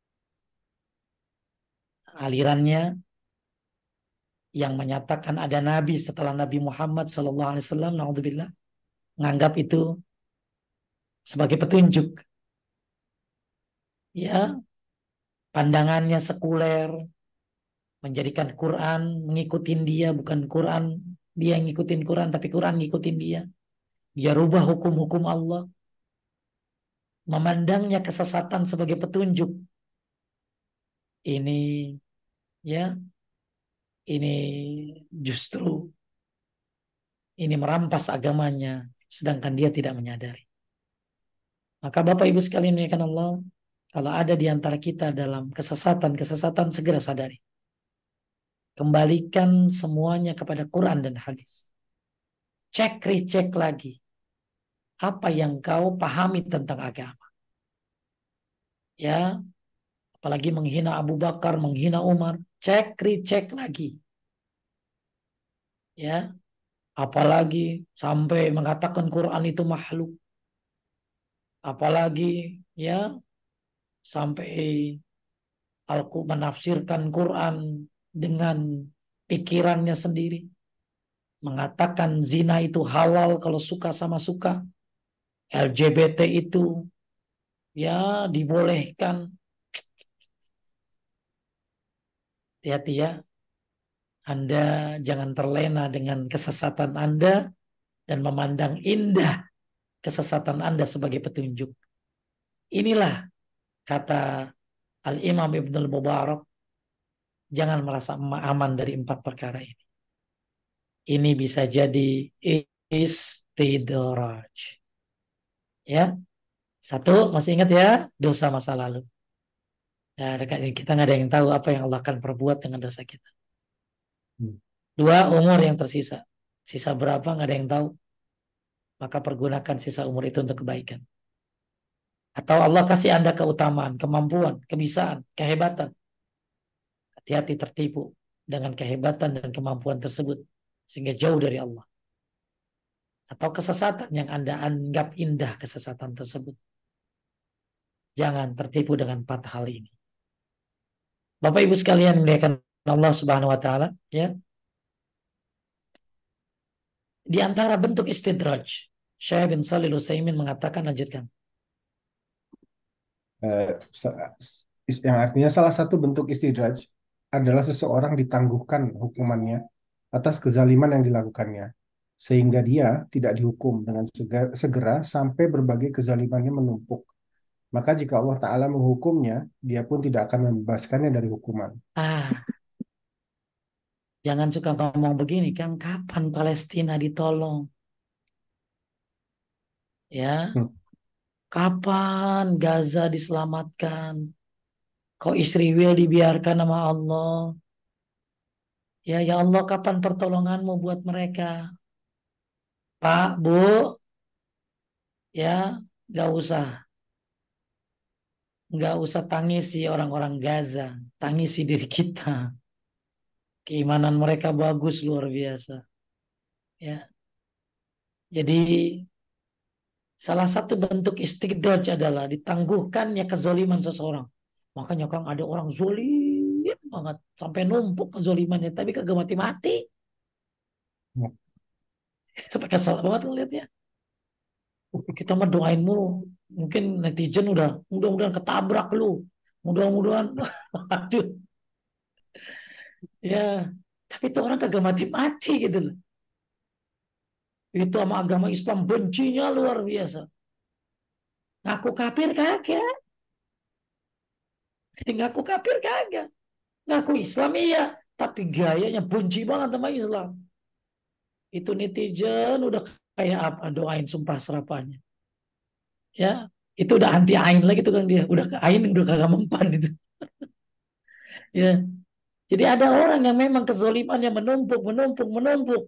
alirannya yang menyatakan ada nabi setelah Nabi Muhammad sallallahu alaihi wasallam, naudzubillah, menganggap itu sebagai petunjuk. Ya, pandangannya sekuler, menjadikan Quran mengikutin dia, bukan Quran dia yang ngikutin Quran, tapi Quran ngikutin dia. Dia rubah hukum-hukum Allah, memandangnya kesesatan sebagai petunjuk. Ini ya, ini justru ini merampas agamanya, sedangkan dia tidak menyadari. Maka Bapak Ibu sekalian ini kan Allah, kalau ada di antara kita dalam kesesatan-kesesatan, segera sadari. Kembalikan semuanya kepada Quran dan hadis. Cek, recek lagi. Apa yang kau pahami tentang agama. Ya, apalagi menghina Abu Bakar, menghina Umar. Cek, recek lagi. Ya, apalagi sampai mengatakan Quran itu makhluk. Apalagi ya, sampai Al-Quran menafsirkan Quran dengan pikirannya sendiri. Mengatakan zina itu halal kalau suka sama suka. L G B T itu ya dibolehkan. Hati-hati ya. Anda jangan terlena dengan kesesatan Anda dan memandang indah kesesatan Anda sebagai petunjuk. Inilah kata Al-Imam Ibnul Mubarak, jangan merasa aman dari empat perkara ini. Ini bisa jadi istidraj. Ya, satu masih ingat ya, dosa masa lalu. Nah, kita nggak ada yang tahu apa yang Allah akan perbuat dengan dosa kita. Dua, umur yang tersisa. Sisa berapa nggak ada yang tahu. Maka pergunakan sisa umur itu untuk kebaikan. Atau Allah kasih Anda keutamaan, kemampuan, kebisaan, kehebatan. Hati-hati tertipu dengan kehebatan dan kemampuan tersebut. Sehingga jauh dari Allah. Atau kesesatan yang Anda anggap indah kesesatan tersebut. Jangan tertipu dengan empat hal ini. Bapak Ibu sekalian melihatkan Allah Subhanahu wa taala, ya. Di antara bentuk istidraj, Syekh bin Shalih Al-Utsaimin mengatakan, lanjutkan. Eh, yang artinya salah satu bentuk istidraj adalah seseorang ditangguhkan hukumannya atas kezaliman yang dilakukannya, sehingga dia tidak dihukum dengan segera, segera sampai berbagai kezalimannya menumpuk. Maka jika Allah Ta'ala menghukumnya, dia pun tidak akan membebaskannya dari hukuman. Ah, jangan suka ngomong begini kan, kapan Palestina ditolong? Ya, Hmm. kapan Gaza diselamatkan? Kok Israel dibiarkan sama Allah? Ya, ya Allah, kapan pertolonganmu buat mereka? Pak, Bu, ya, gak usah. Gak usah tangisi orang-orang Gaza. Tangisi diri kita. Keimanan mereka bagus, luar biasa. Ya, Jadi salah satu bentuk istidraj adalah ditangguhkannya kezoliman seseorang. Makanya Kang ada orang zolim banget sampai numpuk kezolimannya, tapi kagak mati-mati. Ya. Sampai kesel banget ngeliatnya. Kita mah doain mulu. Mungkin netizen udah mudah-mudahan ketabrak lu. Mudah-mudahan aduh ya. Tapi itu orang kagak mati-mati gitu loh. Itu sama agama Islam bencinya luar biasa. Ngaku kafir kagak. Ngaku kafir kagak. Ngaku Islam iya. Tapi gayanya benci banget sama Islam. Itu netizen udah kayak apa doain sumpah serapanya. Ya, itu udah anti ain lagi tuh kan dia. Udah ke ain udah kagak mempan itu. Ya. Jadi ada orang yang memang kezolimannya menumpuk, menumpuk, menumpuk.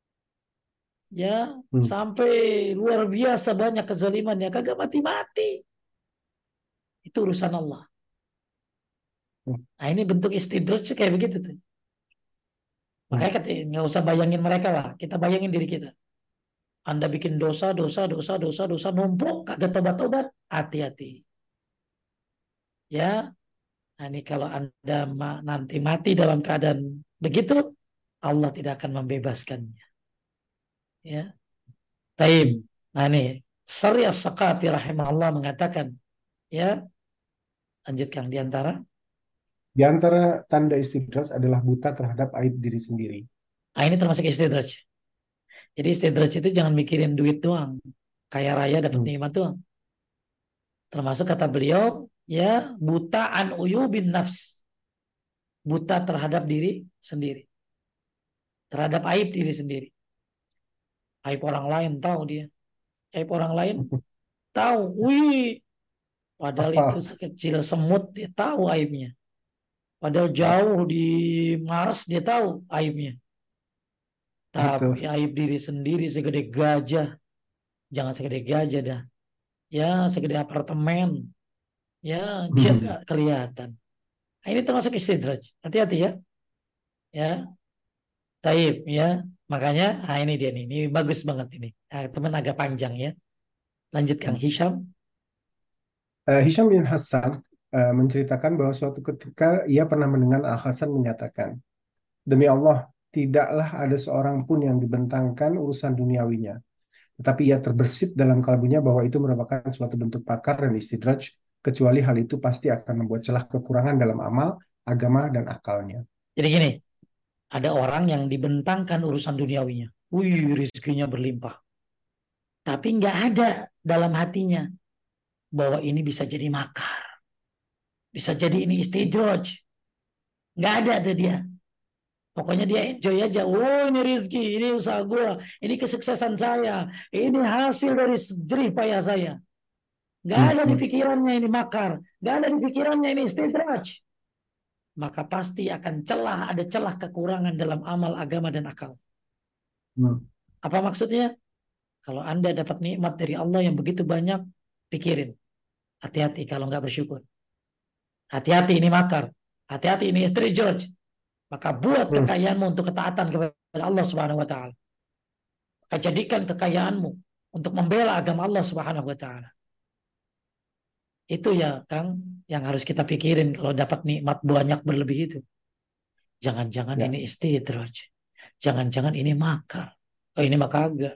Ya, Hmm. sampai luar biasa banyak kezolimannya. Kagak mati-mati. Itu urusan Allah. Hmm. Nah ini bentuk istidraj kayak begitu tuh. Hmm. Makanya kata, nggak usah bayangin mereka lah. Kita bayangin diri kita. Anda bikin dosa, dosa, dosa, dosa, dosa, numpuk, kagak tobat-tobat, hati-hati. Ya, nah ini kalau Anda ma- nanti mati dalam keadaan begitu, Allah tidak akan membebaskannya. Ya, Taib. Hmm. Nah ini, Sari As-Sakati rahimahullah mengatakan, ya, lanjutkan di antara. Di antara tanda istidraj adalah buta terhadap aib diri sendiri. Nah ini termasuk istidraj. Jadi istidraj itu jangan mikirin duit doang. Kaya raya dapat Hmm. nikmat doang. Termasuk kata beliau, ya, buta an uyubin nafs. Buta terhadap diri sendiri. Terhadap aib diri sendiri. Aib orang lain tahu dia. Aib orang lain tahu. Wih, padahal itu Hafal. sekecil semut dia tahu aibnya. Padahal jauh di Mars dia tahu aibnya. Tapi Betul. aib diri sendiri segede gajah. Jangan segede gajah dah. Ya, segede apartemen. Ya, dia Hmm. nggak kelihatan. Nah, ini termasuk istidraj. Hati-hati ya. Ya, taib ya. Makanya, ah ini dia nih. Ini bagus banget ini. Ah, teman agak panjang ya. Lanjut Kang Hisham. Eh, Hisham bin Hasan eh, menceritakan bahwa suatu ketika ia pernah mendengar Al Hasan menyatakan, demi Allah, tidaklah ada seorang pun yang dibentangkan urusan duniawinya, tetapi ia terbersit dalam kalbunya bahwa itu merupakan suatu bentuk pakar dan istidraj, kecuali hal itu pasti akan membuat celah kekurangan dalam amal, agama, dan akalnya. Jadi gini, ada orang yang dibentangkan urusan duniawinya. Wih, rezekinya berlimpah. Tapi nggak ada dalam hatinya bahwa ini bisa jadi makar. Bisa jadi ini istidraj. Nggak ada tuh dia. Pokoknya dia enjoy aja. Oh ini rezeki, ini usaha gue, ini kesuksesan saya, ini hasil dari jerih payah saya. Nggak Hmm, ada di hmm, pikirannya ini makar. Nggak ada di pikirannya ini istidraj. Maka pasti akan celah, ada celah kekurangan dalam amal agama dan akal. hmm, Apa maksudnya? Kalau Anda dapat nikmat dari Allah yang begitu banyak, pikirin. Hati-hati kalau nggak bersyukur. Hati-hati ini makar. Hati-hati ini istri George. Maka buat hmm, kekayaanmu untuk ketaatan kepada Allah Subhanahu wa taala. Maka jadikan kekayaanmu untuk membela agama Allah Subhanahu wa taala. Itu ya, Kang, yang harus kita pikirin kalau dapat nikmat banyak berlebih itu. Jangan-jangan ya. ini istidraj. Jangan-jangan ini makar. Oh, ini mah kagak.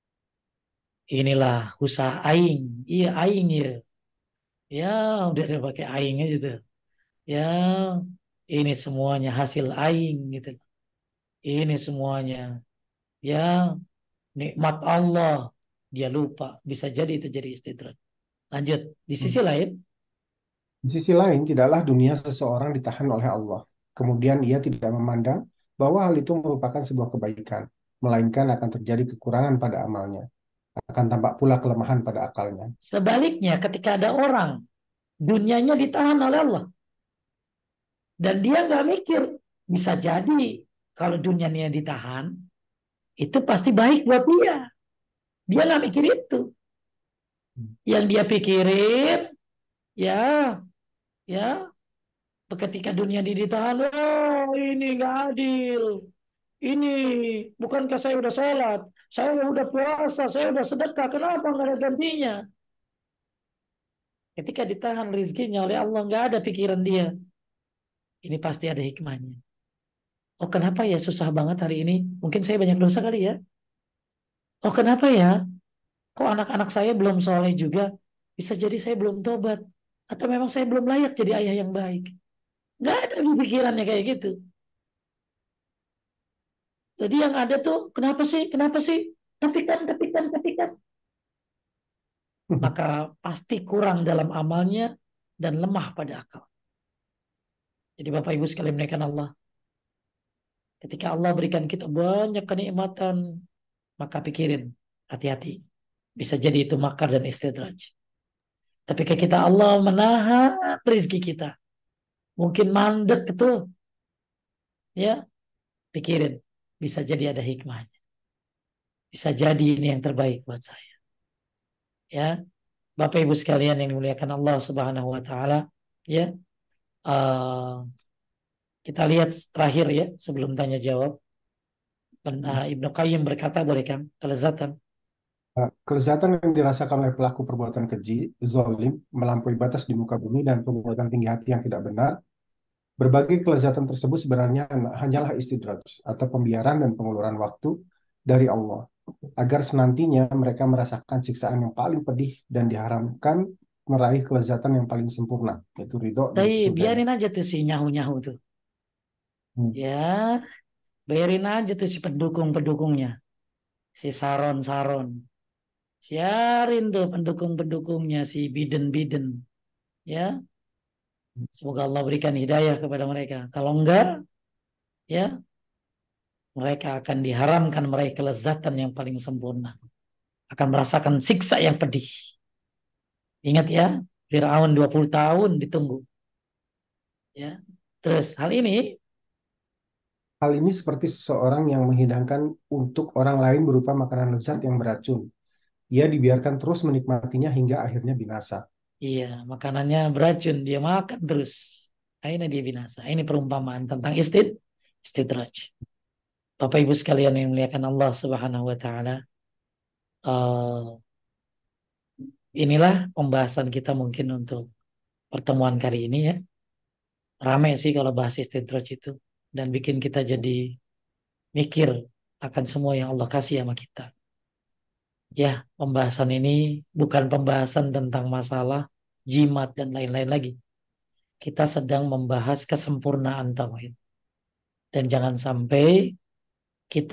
Inilah usaha aing. Iya, aing ya. Ya, udah ada pakai aing aja tuh. Ya, ini semuanya hasil aing gitu. Ini semuanya ya nikmat Allah. Dia lupa. Bisa jadi itu jadi istidraj. Lanjut. Di Hmm. sisi lain, Di sisi lain, tidaklah dunia seseorang ditahan oleh Allah. Kemudian ia tidak memandang bahwa hal itu merupakan sebuah kebaikan, melainkan akan terjadi kekurangan pada amalnya. Akan tampak pula kelemahan pada akalnya. sebaliknya ketika ada orang dunianya ditahan oleh Allah dan dia nggak mikir bisa jadi kalau dunianya ditahan itu pasti baik buat dia. Dia nggak mikir itu. Yang dia pikirin ya ya ketika dunia ini ditahan, oh ini nggak adil. Ini bukankah saya udah sholat? Saya udah puasa, saya udah sedekah, kenapa nggak ada gantinya? Ketika ditahan rizkinya oleh Allah, nggak ada pikiran dia. Ini pasti ada hikmahnya. Oh kenapa ya susah banget hari ini? Mungkin saya banyak dosa kali ya. Oh kenapa ya? Kok anak-anak saya belum soleh juga? Bisa jadi saya belum tobat. Atau memang saya belum layak jadi ayah yang baik. Nggak ada pikirannya kayak gitu. Jadi yang ada tuh, kenapa sih? Kenapa sih? Tapi kan, tapi kan, tapi kan. Maka pasti kurang dalam amalnya dan lemah pada akal. Jadi Bapak Ibu sekalian menaikkan Allah. Ketika Allah berikan kita banyak kenikmatan, maka pikirin, hati-hati. Bisa jadi itu makar dan istidraj. Tapi ketika kita Allah menahan rezeki kita, mungkin mandek itu, ya pikirin. Bisa jadi ada hikmahnya. Bisa jadi ini yang terbaik buat saya. Ya, Bapak Ibu sekalian yang dimuliakan Allah Subhanahu Wa Taala, ya. Uh, kita lihat terakhir ya sebelum tanya jawab. Uh, Ibnu Qayyim berkata, boleh kan? Kelezatan. Kelezatan yang dirasakan oleh pelaku perbuatan keji, zalim, melampaui batas di muka bumi dan perbuatan tinggi hati yang tidak benar. Berbagai kelezatan tersebut sebenarnya hanyalah istidraj atau pembiaran dan penguluran waktu dari Allah agar senantinya mereka merasakan siksaan yang paling pedih dan diharamkan meraih kelezatan yang paling sempurna, yaitu ridho dan Tapi kesurgaan. biarin aja tuh si nyahu-nyahu tuh. Hmm. Ya, biarin aja tuh si pendukung-pendukungnya. Si Saron-Saron. Siarin tuh pendukung-pendukungnya, si Biden-Biden. Ya, semoga Allah berikan hidayah kepada mereka. Kalau enggak, ya, mereka akan diharamkan meraih kelezatan yang paling sempurna. Akan merasakan siksa yang pedih. Ingat ya, Fir'aun dua puluh tahun ditunggu. Ya, terus hal ini, Hal ini seperti seseorang yang menghidangkan untuk orang lain berupa makanan lezat yang beracun. Ia dibiarkan terus menikmatinya hingga akhirnya binasa. iya, makanannya beracun, dia makan terus. Akhirnya dia binasa. Ini perumpamaan tentang istid, istidraj. Bapak Ibu sekalian yang memuliakan Allah Subhanahu wa taala, uh, inilah pembahasan kita mungkin untuk pertemuan kali ini ya. Ramai sih kalau bahas istidraj itu dan bikin kita jadi mikir akan semua yang Allah kasih sama kita. Ya, pembahasan ini bukan pembahasan tentang masalah jimat dan lain-lain lagi. Kita sedang membahas kesempurnaan tauhid. Dan jangan sampai kita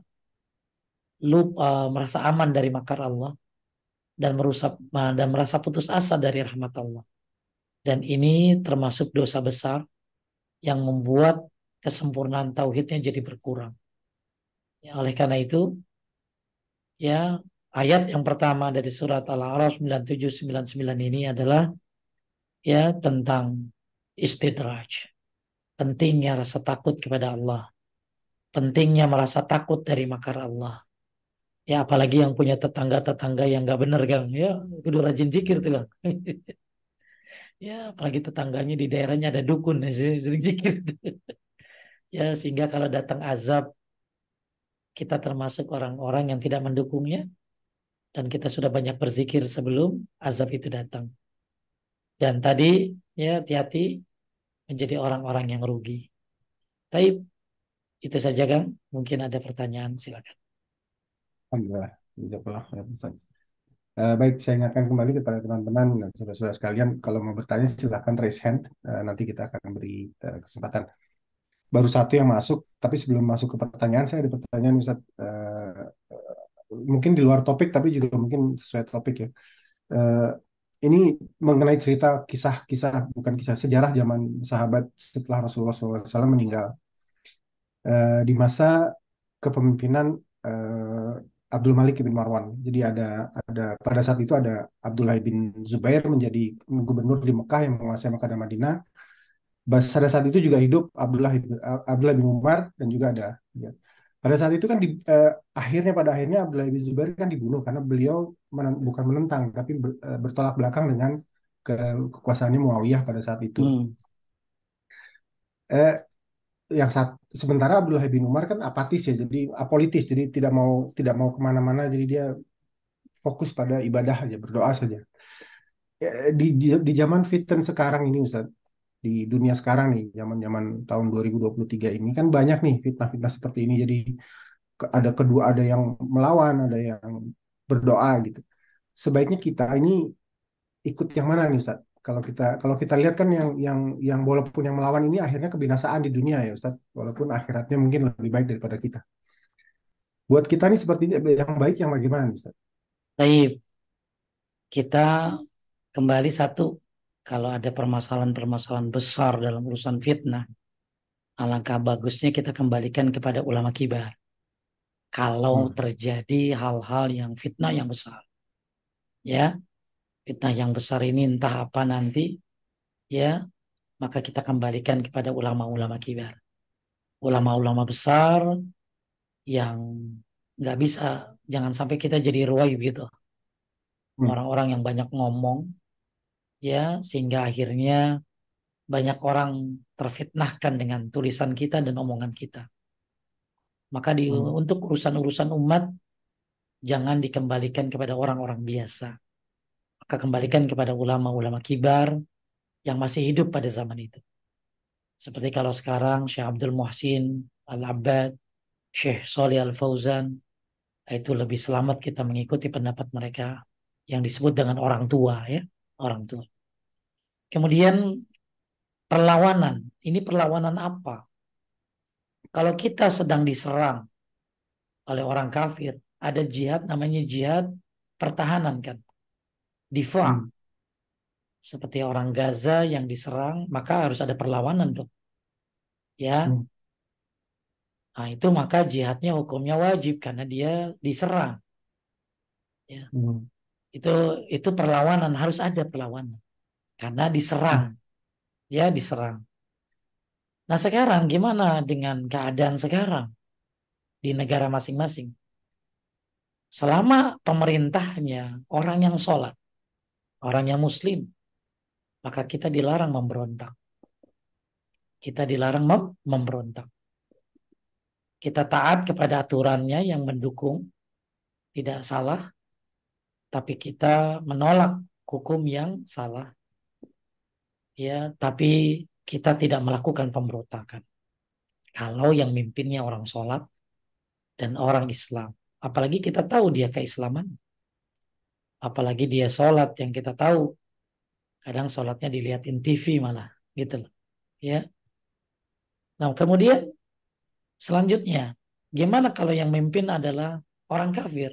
lupa merasa aman dari makar Allah dan merusak dan merasa putus asa dari rahmat Allah. Dan ini termasuk dosa besar yang membuat kesempurnaan tauhidnya jadi berkurang. Ya, oleh karena itu, ya ayat yang pertama dari surat Al-A'raf sembilan puluh tujuh sembilan puluh sembilan ini adalah ya tentang istidraj. Pentingnya rasa takut kepada Allah. Pentingnya merasa takut dari makar Allah. Ya apalagi yang punya tetangga-tetangga yang nggak bener Gang. Ya kudu rajin zikir tuh Gang. Ya apalagi tetangganya di daerahnya ada dukun ya, sering zikir. Ya sehingga kalau datang azab kita termasuk orang-orang yang tidak mendukungnya dan kita sudah banyak berzikir sebelum azab itu datang. Dan tadi ya hati-hati menjadi orang-orang yang rugi. Tapi itu saja Kang. Mungkin ada pertanyaan silakan. Alhamdulillah. Jazakallah khairan, Ustaz. Eh, baik, saya ingatkan kembali kepada teman-teman dan saudara-saudara sekalian, kalau mau bertanya silahkan raise hand. Eh, nanti kita akan beri eh, kesempatan. Baru satu yang masuk, tapi sebelum masuk ke pertanyaan, saya ada pertanyaan Ustaz. Eh, mungkin di luar topik, tapi juga mungkin sesuai topik ya. Eh, ini mengenai cerita kisah-kisah, bukan kisah sejarah zaman sahabat setelah Rasulullah shallallahu alaihi wasallam meninggal. Eh, di masa kepemimpinan eh, Abdul Malik bin Marwan. Jadi ada ada pada saat itu ada Abdullah bin Zubair menjadi gubernur di Mekah yang menguasai Mekah dan Madinah. Pada saat itu juga hidup Abdullah Abdullah bin Umar dan juga ada ya. Pada saat itu kan di, eh, akhirnya pada akhirnya Abdullah bin Zubair kan dibunuh karena beliau men- bukan menentang tapi ber- eh, bertolak belakang dengan ke, kekuasaannya Muawiyah pada saat itu. Hmm. Eh, yang saat sementara Abdullah bin Umar kan apatis ya, jadi apolitis, jadi tidak mau tidak mau kemana-mana, jadi dia fokus pada ibadah aja, berdoa saja. Ya, di, di di zaman fitan sekarang ini Ustaz, di dunia sekarang nih, zaman-zaman tahun dua ribu dua puluh tiga ini kan banyak nih fitnah-fitnah seperti ini. Jadi ke- ada kedua, ada yang melawan, ada yang berdoa gitu. Sebaiknya kita ini ikut yang mana nih Ustaz? Kalau kita kalau kita lihat kan yang yang yang walaupun yang melawan ini akhirnya kebinasaan di dunia ya Ustaz, walaupun akhiratnya mungkin lebih baik daripada kita. Buat kita nih sepertinya yang baik yang bagaimana nih Ustaz? Baik, kita kembali satu. Kalau ada permasalahan-permasalahan besar dalam urusan fitnah, alangkah bagusnya kita kembalikan kepada ulama kibar. Kalau Hmm. terjadi hal-hal yang fitnah yang besar, ya, fitnah yang besar ini entah apa nanti, ya, maka kita kembalikan kepada ulama-ulama kibar. Ulama-ulama besar yang nggak bisa, jangan sampai kita jadi ruwai gitu. Hmm. Orang-orang yang banyak ngomong, ya, sehingga akhirnya banyak orang terfitnahkan dengan tulisan kita dan omongan kita. Maka di, Hmm. untuk urusan-urusan umat, jangan dikembalikan kepada orang-orang biasa. Maka kembalikan kepada ulama-ulama kibar yang masih hidup pada zaman itu. Seperti kalau sekarang Syekh Abdul Muhsin Al-Abbad, Syekh Shalih Al-Fauzan, itu lebih selamat kita mengikuti pendapat mereka yang disebut dengan orang tua, ya, orang tua. Kemudian perlawanan. Ini perlawanan apa? Kalau kita sedang diserang oleh orang kafir, ada jihad namanya jihad pertahanan kan, difa. Hmm. Seperti orang Gaza yang diserang, maka harus ada perlawanan dong. Ya, Hmm. nah itu maka jihadnya hukumnya wajib karena dia diserang. Ya, Hmm. itu itu perlawanan, harus ada perlawanan karena diserang. Hmm. Ya, diserang. Nah sekarang gimana dengan keadaan sekarang di negara masing-masing? Selama pemerintahnya orang yang sholat, orang yang muslim, maka kita dilarang memberontak. Kita dilarang mem- memberontak. Kita taat kepada aturannya yang mendukung, tidak salah, tapi kita menolak hukum yang salah. Ya, tapi kita tidak melakukan pemberontakan. Kalau yang mimpinnya orang sholat dan orang Islam, apalagi kita tahu dia keislaman, apalagi dia sholat yang kita tahu, kadang sholatnya dilihatin T V malah, gitu loh. Ya, nah kemudian selanjutnya, gimana kalau yang mimpin adalah orang kafir?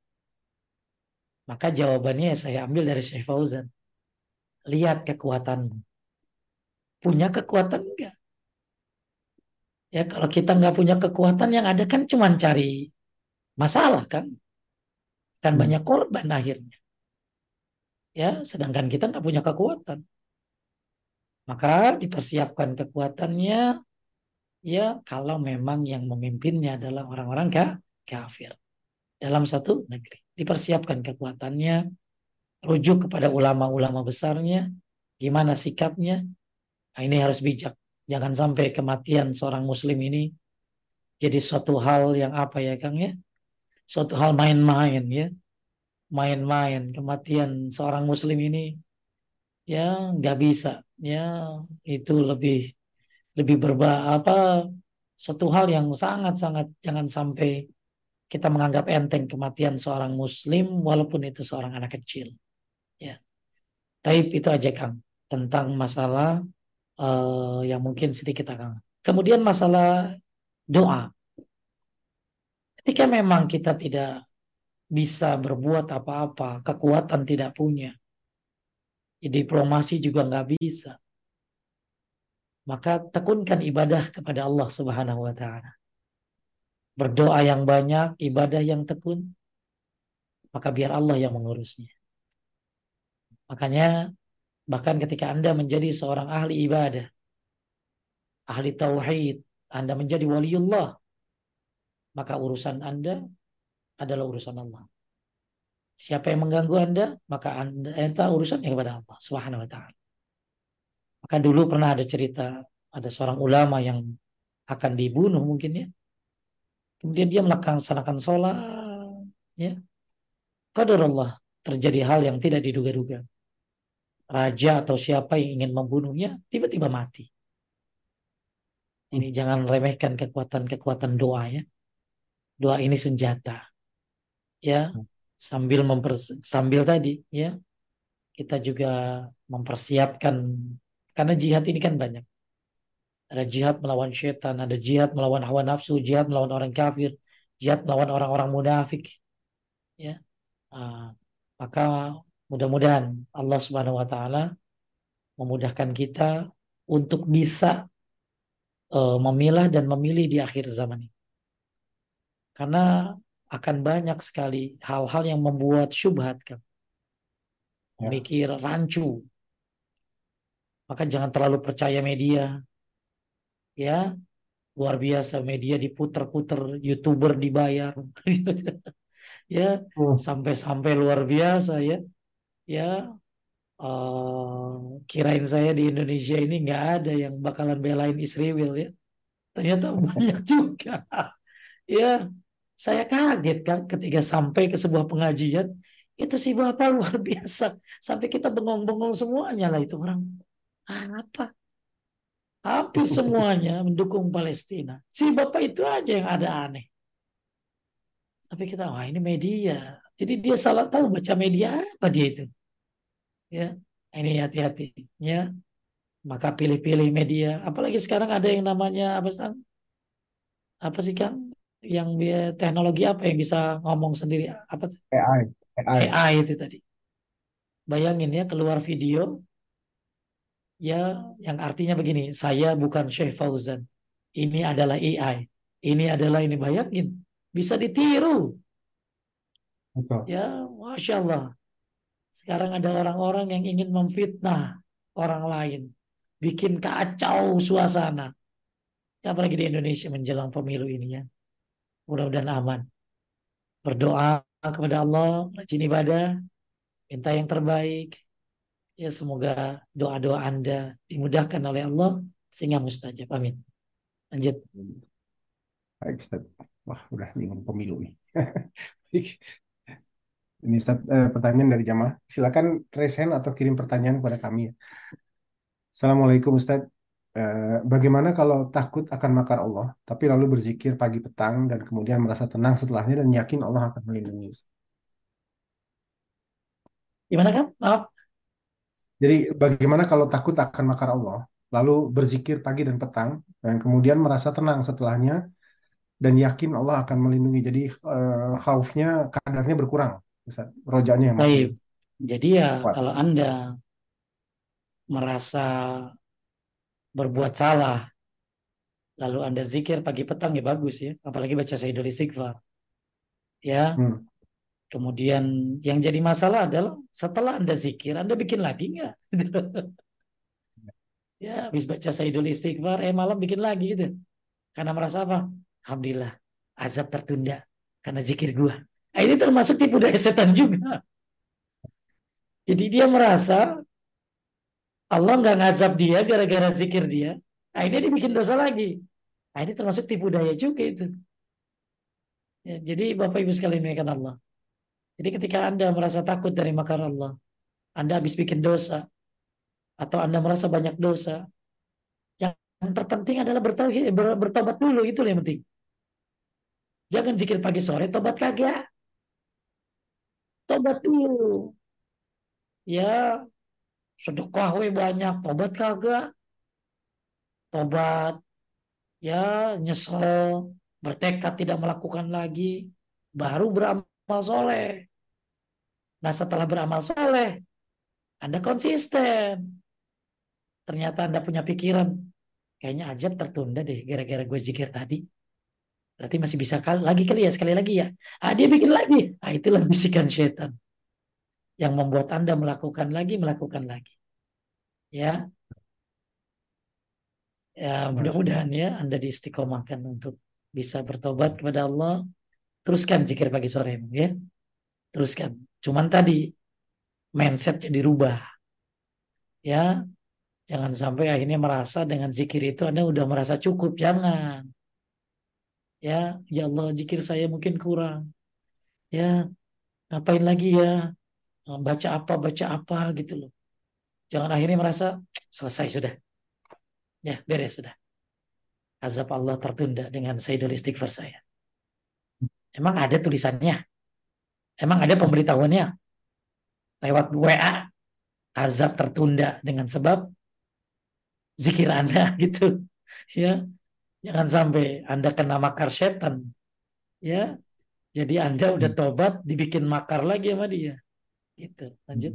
Maka jawabannya saya ambil dari Syekh Fauzan. Lihat kekuatanmu. Punya kekuatan enggak? Ya kalau kita nggak punya kekuatan, yang ada kan cuma cari masalah kan. Kan Hmm. banyak korban akhirnya. Ya, sedangkan kita nggak punya kekuatan. Maka dipersiapkan kekuatannya, ya kalau memang yang memimpinnya adalah orang-orang ka- kafir. Dalam satu negeri. Dipersiapkan kekuatannya, rujuk kepada ulama-ulama besarnya, gimana sikapnya. Nah, ini harus bijak. Jangan sampai kematian seorang muslim ini jadi suatu hal yang apa ya Kang ya? Suatu hal main-main ya. Main-main kematian seorang muslim ini ya nggak bisa. Ya itu lebih lebih berba apa satu hal yang sangat-sangat jangan sampai kita menganggap enteng kematian seorang muslim walaupun itu seorang anak kecil. Ya. Taib itu aja Kang tentang masalah eh, yang mungkin sedikit Kang. Kemudian masalah doa. Ketika memang kita tidak bisa berbuat apa-apa, kekuatan tidak punya, ya diplomasi juga nggak bisa, maka tekunkan ibadah kepada Allah Subhanahu wa taala. Berdoa yang banyak, ibadah yang tekun, maka biar Allah yang mengurusnya. Makanya bahkan ketika Anda menjadi seorang ahli ibadah, ahli tauhid, Anda menjadi waliullah, maka urusan Anda adalah urusan Allah. Siapa yang mengganggu Anda, maka Anda itu urusannya kepada Allah Subhanahu wa taala. Maka dulu pernah ada cerita, ada seorang ulama yang akan dibunuh mungkin ya. Kemudian dia melaksanakan sholat, ya. Qadarullah, terjadi hal yang tidak diduga-duga. Raja atau siapa yang ingin membunuhnya tiba-tiba mati. Ini jangan remehkan kekuatan-kekuatan doa ya. Doa ini senjata. Ya, sambil mempers sambil tadi ya, kita juga mempersiapkan, karena jihad ini kan banyak. Ada jihad melawan syaitan, ada jihad melawan hawa nafsu, jihad melawan orang kafir, jihad melawan orang-orang munafik. Ya, Ah, maka mudah-mudahan Allah Subhanahu Wa Taala memudahkan kita untuk bisa eh, memilah dan memilih di akhir zaman ini. Karena akan banyak sekali hal-hal yang membuat syubhat kan, Ya. memikir rancu. Maka jangan terlalu percaya media, ya. Luar biasa media diputer-puter, YouTuber dibayar, ya, Hmm. sampai-sampai luar biasa ya, ya. eh, kirain saya di Indonesia ini nggak ada yang bakalan belain Israel ya. Ternyata banyak juga. Ya, saya kaget kan ketika sampai ke sebuah pengajian, itu si Bapak luar biasa. Sampai kita bengong-bengong semuanya lah itu orang. Apa? Hampir semuanya mendukung Palestina. Si Bapak itu aja yang ada aneh. Tapi kita, wah ini media. Jadi dia salah tahu baca media apa dia itu. Ya, ini hati-hati. Ya, maka pilih-pilih media. Apalagi sekarang ada yang namanya apa sih? Apa sih Kang? Yang dia teknologi apa yang bisa ngomong sendiri? Apa tuh? A I, A I. A I itu tadi. Bayangin ya keluar video ya yang artinya begini, saya bukan Syekh Fauzan. Ini adalah A I. Ini adalah ini, bayangin. Bisa ditiru. Betul. Ya, Masya Allah. Sekarang ada orang-orang yang ingin memfitnah orang lain. Bikin kacau suasana. Ya, apalagi di Indonesia menjelang pemilu ini ya. Mudah-mudahan aman. Berdoa kepada Allah, rajin ibadah, minta yang terbaik. Ya, semoga doa-doa Anda dimudahkan oleh Allah sehingga mustajab. Amin. Lanjut. Baik, Ustaz. Wah, udah bingung pemilu nih. Ini Ustaz, eh, pertanyaan dari jamaah. Silakan raise hand atau kirim pertanyaan kepada kami ya. Assalamualaikum Ustaz. Eh, bagaimana kalau takut akan makar Allah, tapi lalu berzikir pagi petang dan kemudian merasa tenang setelahnya dan yakin Allah akan melindungi Ustaz? Gimana kan? Maaf. Jadi bagaimana kalau takut akan makar Allah, lalu berzikir pagi dan petang dan kemudian merasa tenang setelahnya dan yakin Allah akan melindungi. Jadi eh, khaufnya kadarnya berkurang, Ustaz. Rojanya yang makin Baik. Jadi ya kuat. kalau Anda merasa berbuat salah, lalu Anda zikir pagi petang ya bagus ya. Apalagi baca Sayyidul Istighfar. Ya. Hmm. Kemudian yang jadi masalah adalah setelah Anda zikir, Anda bikin lagi nggak? Ya, habis baca Sayyidul Istighfar, eh malam bikin lagi gitu. Karena merasa apa? Alhamdulillah, azab tertunda karena zikir gua. Nah, ini termasuk tipu daya setan juga. Jadi dia merasa Allah nggak ngazab dia gara-gara zikir dia. Nah, ini dia bikin dosa lagi. Nah, ini termasuk tipu daya juga itu. Ya, jadi Bapak Ibu sekalian ini Allah. Jadi ketika Anda merasa takut dari makar Allah, Anda habis bikin dosa, atau Anda merasa banyak dosa, yang terpenting adalah bertauhid, ber- bertobat dulu, itu yang penting. Jangan zikir pagi sore, tobat kagak. Tobat dulu. Ya, sedekah we banyak, tobat kagak. Tobat, ya nyesel, bertekad tidak melakukan lagi, baru beramal soleh. Nah setelah beramal soleh, Anda konsisten. Ternyata Anda punya pikiran, kayaknya ajab tertunda deh gara-gara gue zikir tadi. Berarti masih bisa kali, lagi kali ya, sekali lagi ya. Ah, dia bikin lagi. Ah, itulah bisikan setan yang membuat Anda melakukan lagi, melakukan lagi. Ya, ya Mas. mudah-mudahan ya Anda diistiqomahkan untuk bisa bertobat kepada Allah. Teruskan zikir pagi sore, ya. Teruskan. Cuman tadi mindset jadi rubah, ya. Jangan sampai akhirnya merasa dengan zikir itu Anda udah merasa cukup. Jangan. Ya, ya Allah, zikir saya mungkin kurang. Ya, ngapain lagi ya? Baca apa, baca apa gitu loh. Jangan akhirnya merasa selesai sudah. Ya, beres sudah. Azab Allah tertunda dengan Sayyidul Istighfar saya. Emang ada tulisannya? Emang ada pemberitahuannya? Lewat W A, azab tertunda dengan sebab zikir Anda gitu. Ya, jangan sampai Anda kena makar setan. Ya, jadi Anda udah tobat dibikin makar lagi sama dia. Gitu. Lanjut.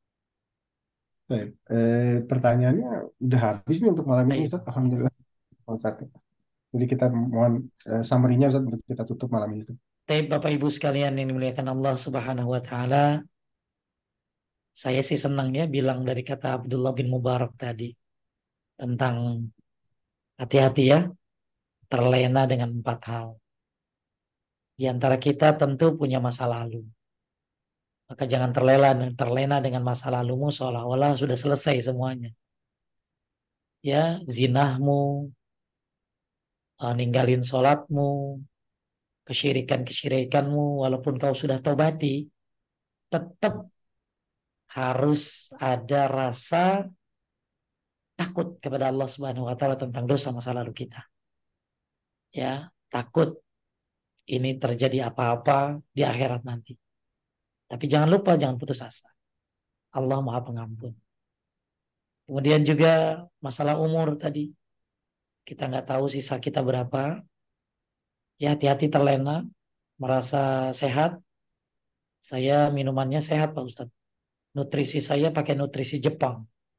Baik. Eh, pertanyaannya udah habis nih untuk malam ini Baik. Ustaz. Alhamdulillah. Ustaz. Jadi kita mohon eh, summary-nya Ustaz untuk kita tutup malam ini Ustaz. Tapi Bapak Ibu sekalian yang dimuliakan Allah Subhanahu wa taala, saya sih senang ya bilang dari kata Abdullah bin Mubarak tadi tentang hati-hati ya, terlena dengan empat hal. Di antara kita tentu punya masa lalu. Maka jangan terlena, terlena dengan masa lalumu seolah-olah sudah selesai semuanya. Ya, zinahmu, eh, ninggalin sholatmu, kesyirikan-kesyirikanmu, walaupun kau sudah tobati, tetap harus ada rasa takut kepada Allah Subhanahu wa taala tentang dosa masa lalu kita. Ya, takut ini terjadi apa-apa di akhirat nanti. Tapi jangan lupa, jangan putus asa. Allah Maha Pengampun. Kemudian juga masalah umur tadi. Kita nggak tahu sisa kita berapa. Ya, hati-hati terlena, merasa sehat. Saya minumannya sehat Pak Ustadz. Nutrisi saya pakai nutrisi Jepang.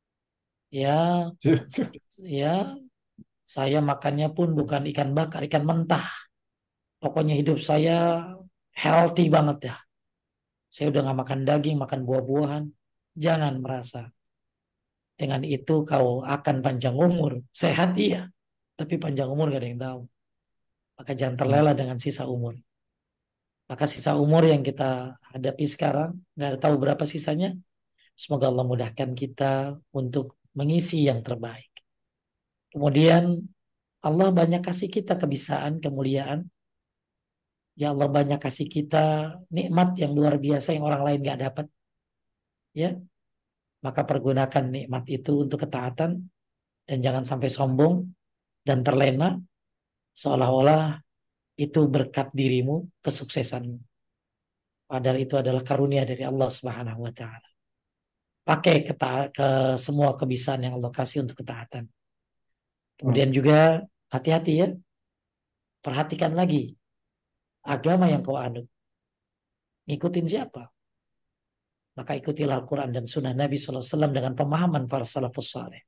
Ya, ya, saya makannya pun bukan ikan bakar, ikan mentah. Pokoknya hidup saya healthy banget ya. Saya udah nggak makan daging, makan buah-buahan. Jangan merasa dengan itu kau akan panjang umur. Sehat iya, tapi panjang umur gak ada yang tahu. Maka jangan terlena dengan sisa umur. Maka sisa umur yang kita hadapi sekarang, nggak tahu berapa sisanya. Semoga Allah mudahkan kita untuk mengisi yang terbaik. Kemudian Allah banyak kasih kita kebisaan, kemuliaan. Ya Allah banyak kasih kita nikmat yang luar biasa yang orang lain nggak dapat. Ya, maka pergunakan nikmat itu untuk ketaatan dan jangan sampai sombong dan terlena seolah-olah itu berkat dirimu, kesuksesanmu. Padahal itu adalah karunia dari Allah Subhanahu wa taala. Pakai keta- ke semua kebisaan yang Allah kasih untuk ketaatan. Kemudian juga hati-hati ya. Perhatikan lagi agama yang kau anut. Ngikutin siapa? Maka ikutilah Al-Quran dan Sunnah Nabi Sallallahu Alaihi Wasallam dengan pemahaman para salafus saleh.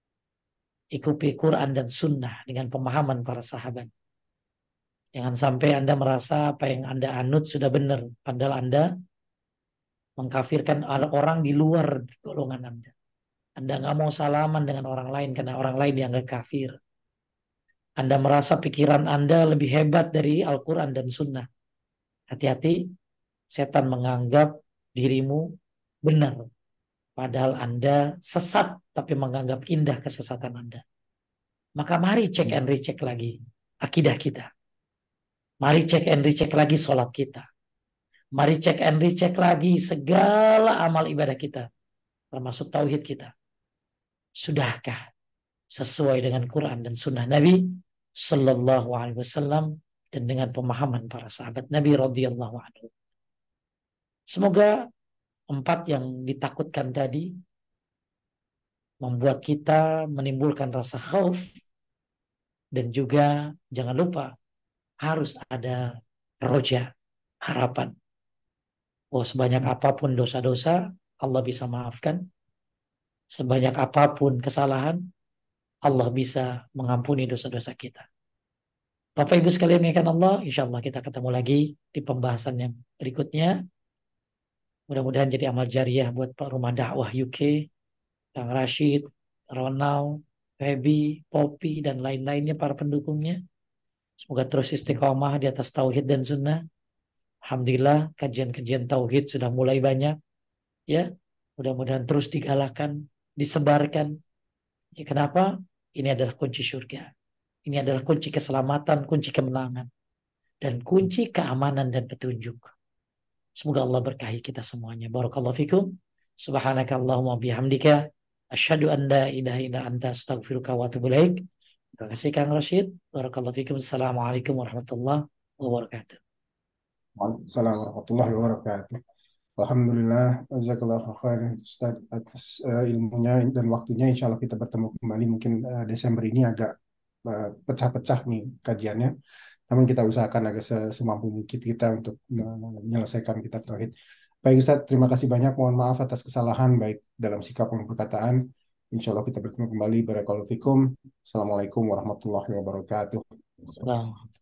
Ikuti Quran dan Sunnah dengan pemahaman para sahabat. Jangan sampai Anda merasa apa yang Anda anut sudah benar. Padahal Anda mengkafirkan orang di luar golongan Anda. Anda nggak mau salaman dengan orang lain karena orang lain dianggap kafir. Anda merasa pikiran Anda lebih hebat dari Al-Quran dan Sunnah. Hati-hati, setan menganggap dirimu benar. Padahal Anda sesat, tapi menganggap indah kesesatan Anda. Maka mari cek and recheck lagi akidah kita. Mari cek and recheck lagi sholat kita. Mari cek and recheck lagi segala amal ibadah kita. Termasuk tauhid kita. Sudahkah sesuai dengan Quran dan Sunnah Nabi Sallallahu Alaihi Wasallam dan dengan pemahaman para sahabat Nabi radhiyallahu anhu. Semoga empat yang ditakutkan tadi membuat kita menimbulkan rasa khauf dan juga jangan lupa harus ada roja, harapan. Oh, sebanyak apapun dosa-dosa Allah bisa maafkan. Sebanyak apapun kesalahan Allah bisa mengampuni dosa-dosa kita. Bapak Ibu sekalian yang akan Allah, insya Allah kita ketemu lagi di pembahasan yang berikutnya. Mudah-mudahan jadi amal jariah buat Pak Rumah Dakwah U K, Kang Rashid, Ronald, Feby, Poppy, dan lain-lainnya para pendukungnya. Semoga terus istiqomah di atas tauhid dan sunnah. Alhamdulillah kajian-kajian tauhid sudah mulai banyak. Ya, mudah-mudahan terus digalakan, disebarkan. Ya, kenapa? Ini adalah kunci surga. Ini adalah kunci keselamatan, kunci kemenangan, dan kunci keamanan dan petunjuk. Semoga Allah berkahi kita semuanya. Barakallahu fikum. Subhanaka Allahumma bihamdika. Asyhadu an la ilaha illa anta astaghfiruka wa atubu ilaik. Terima kasih Kang Rashid. Barakallahu fikum. Assalamualaikum warahmatullahi wabarakatuh. Waalaikumsalam warahmatullahi wabarakatuh. Alhamdulillah, jazakallah khair Ustaz atas uh, ilmunya dan waktunya. Insya Allah kita bertemu kembali mungkin uh, Desember ini agak uh, pecah-pecah nih kajiannya. Namun kita usahakan agak semampu mungkin kita untuk menyelesaikan kitab tauhid. Baik Ustaz, terima kasih banyak. Mohon maaf atas kesalahan baik dalam sikap maupun perkataan. Insya Allah kita bertemu kembali. Barakallahu fikum. Assalamualaikum warahmatullahi wabarakatuh. Assalamualaikum.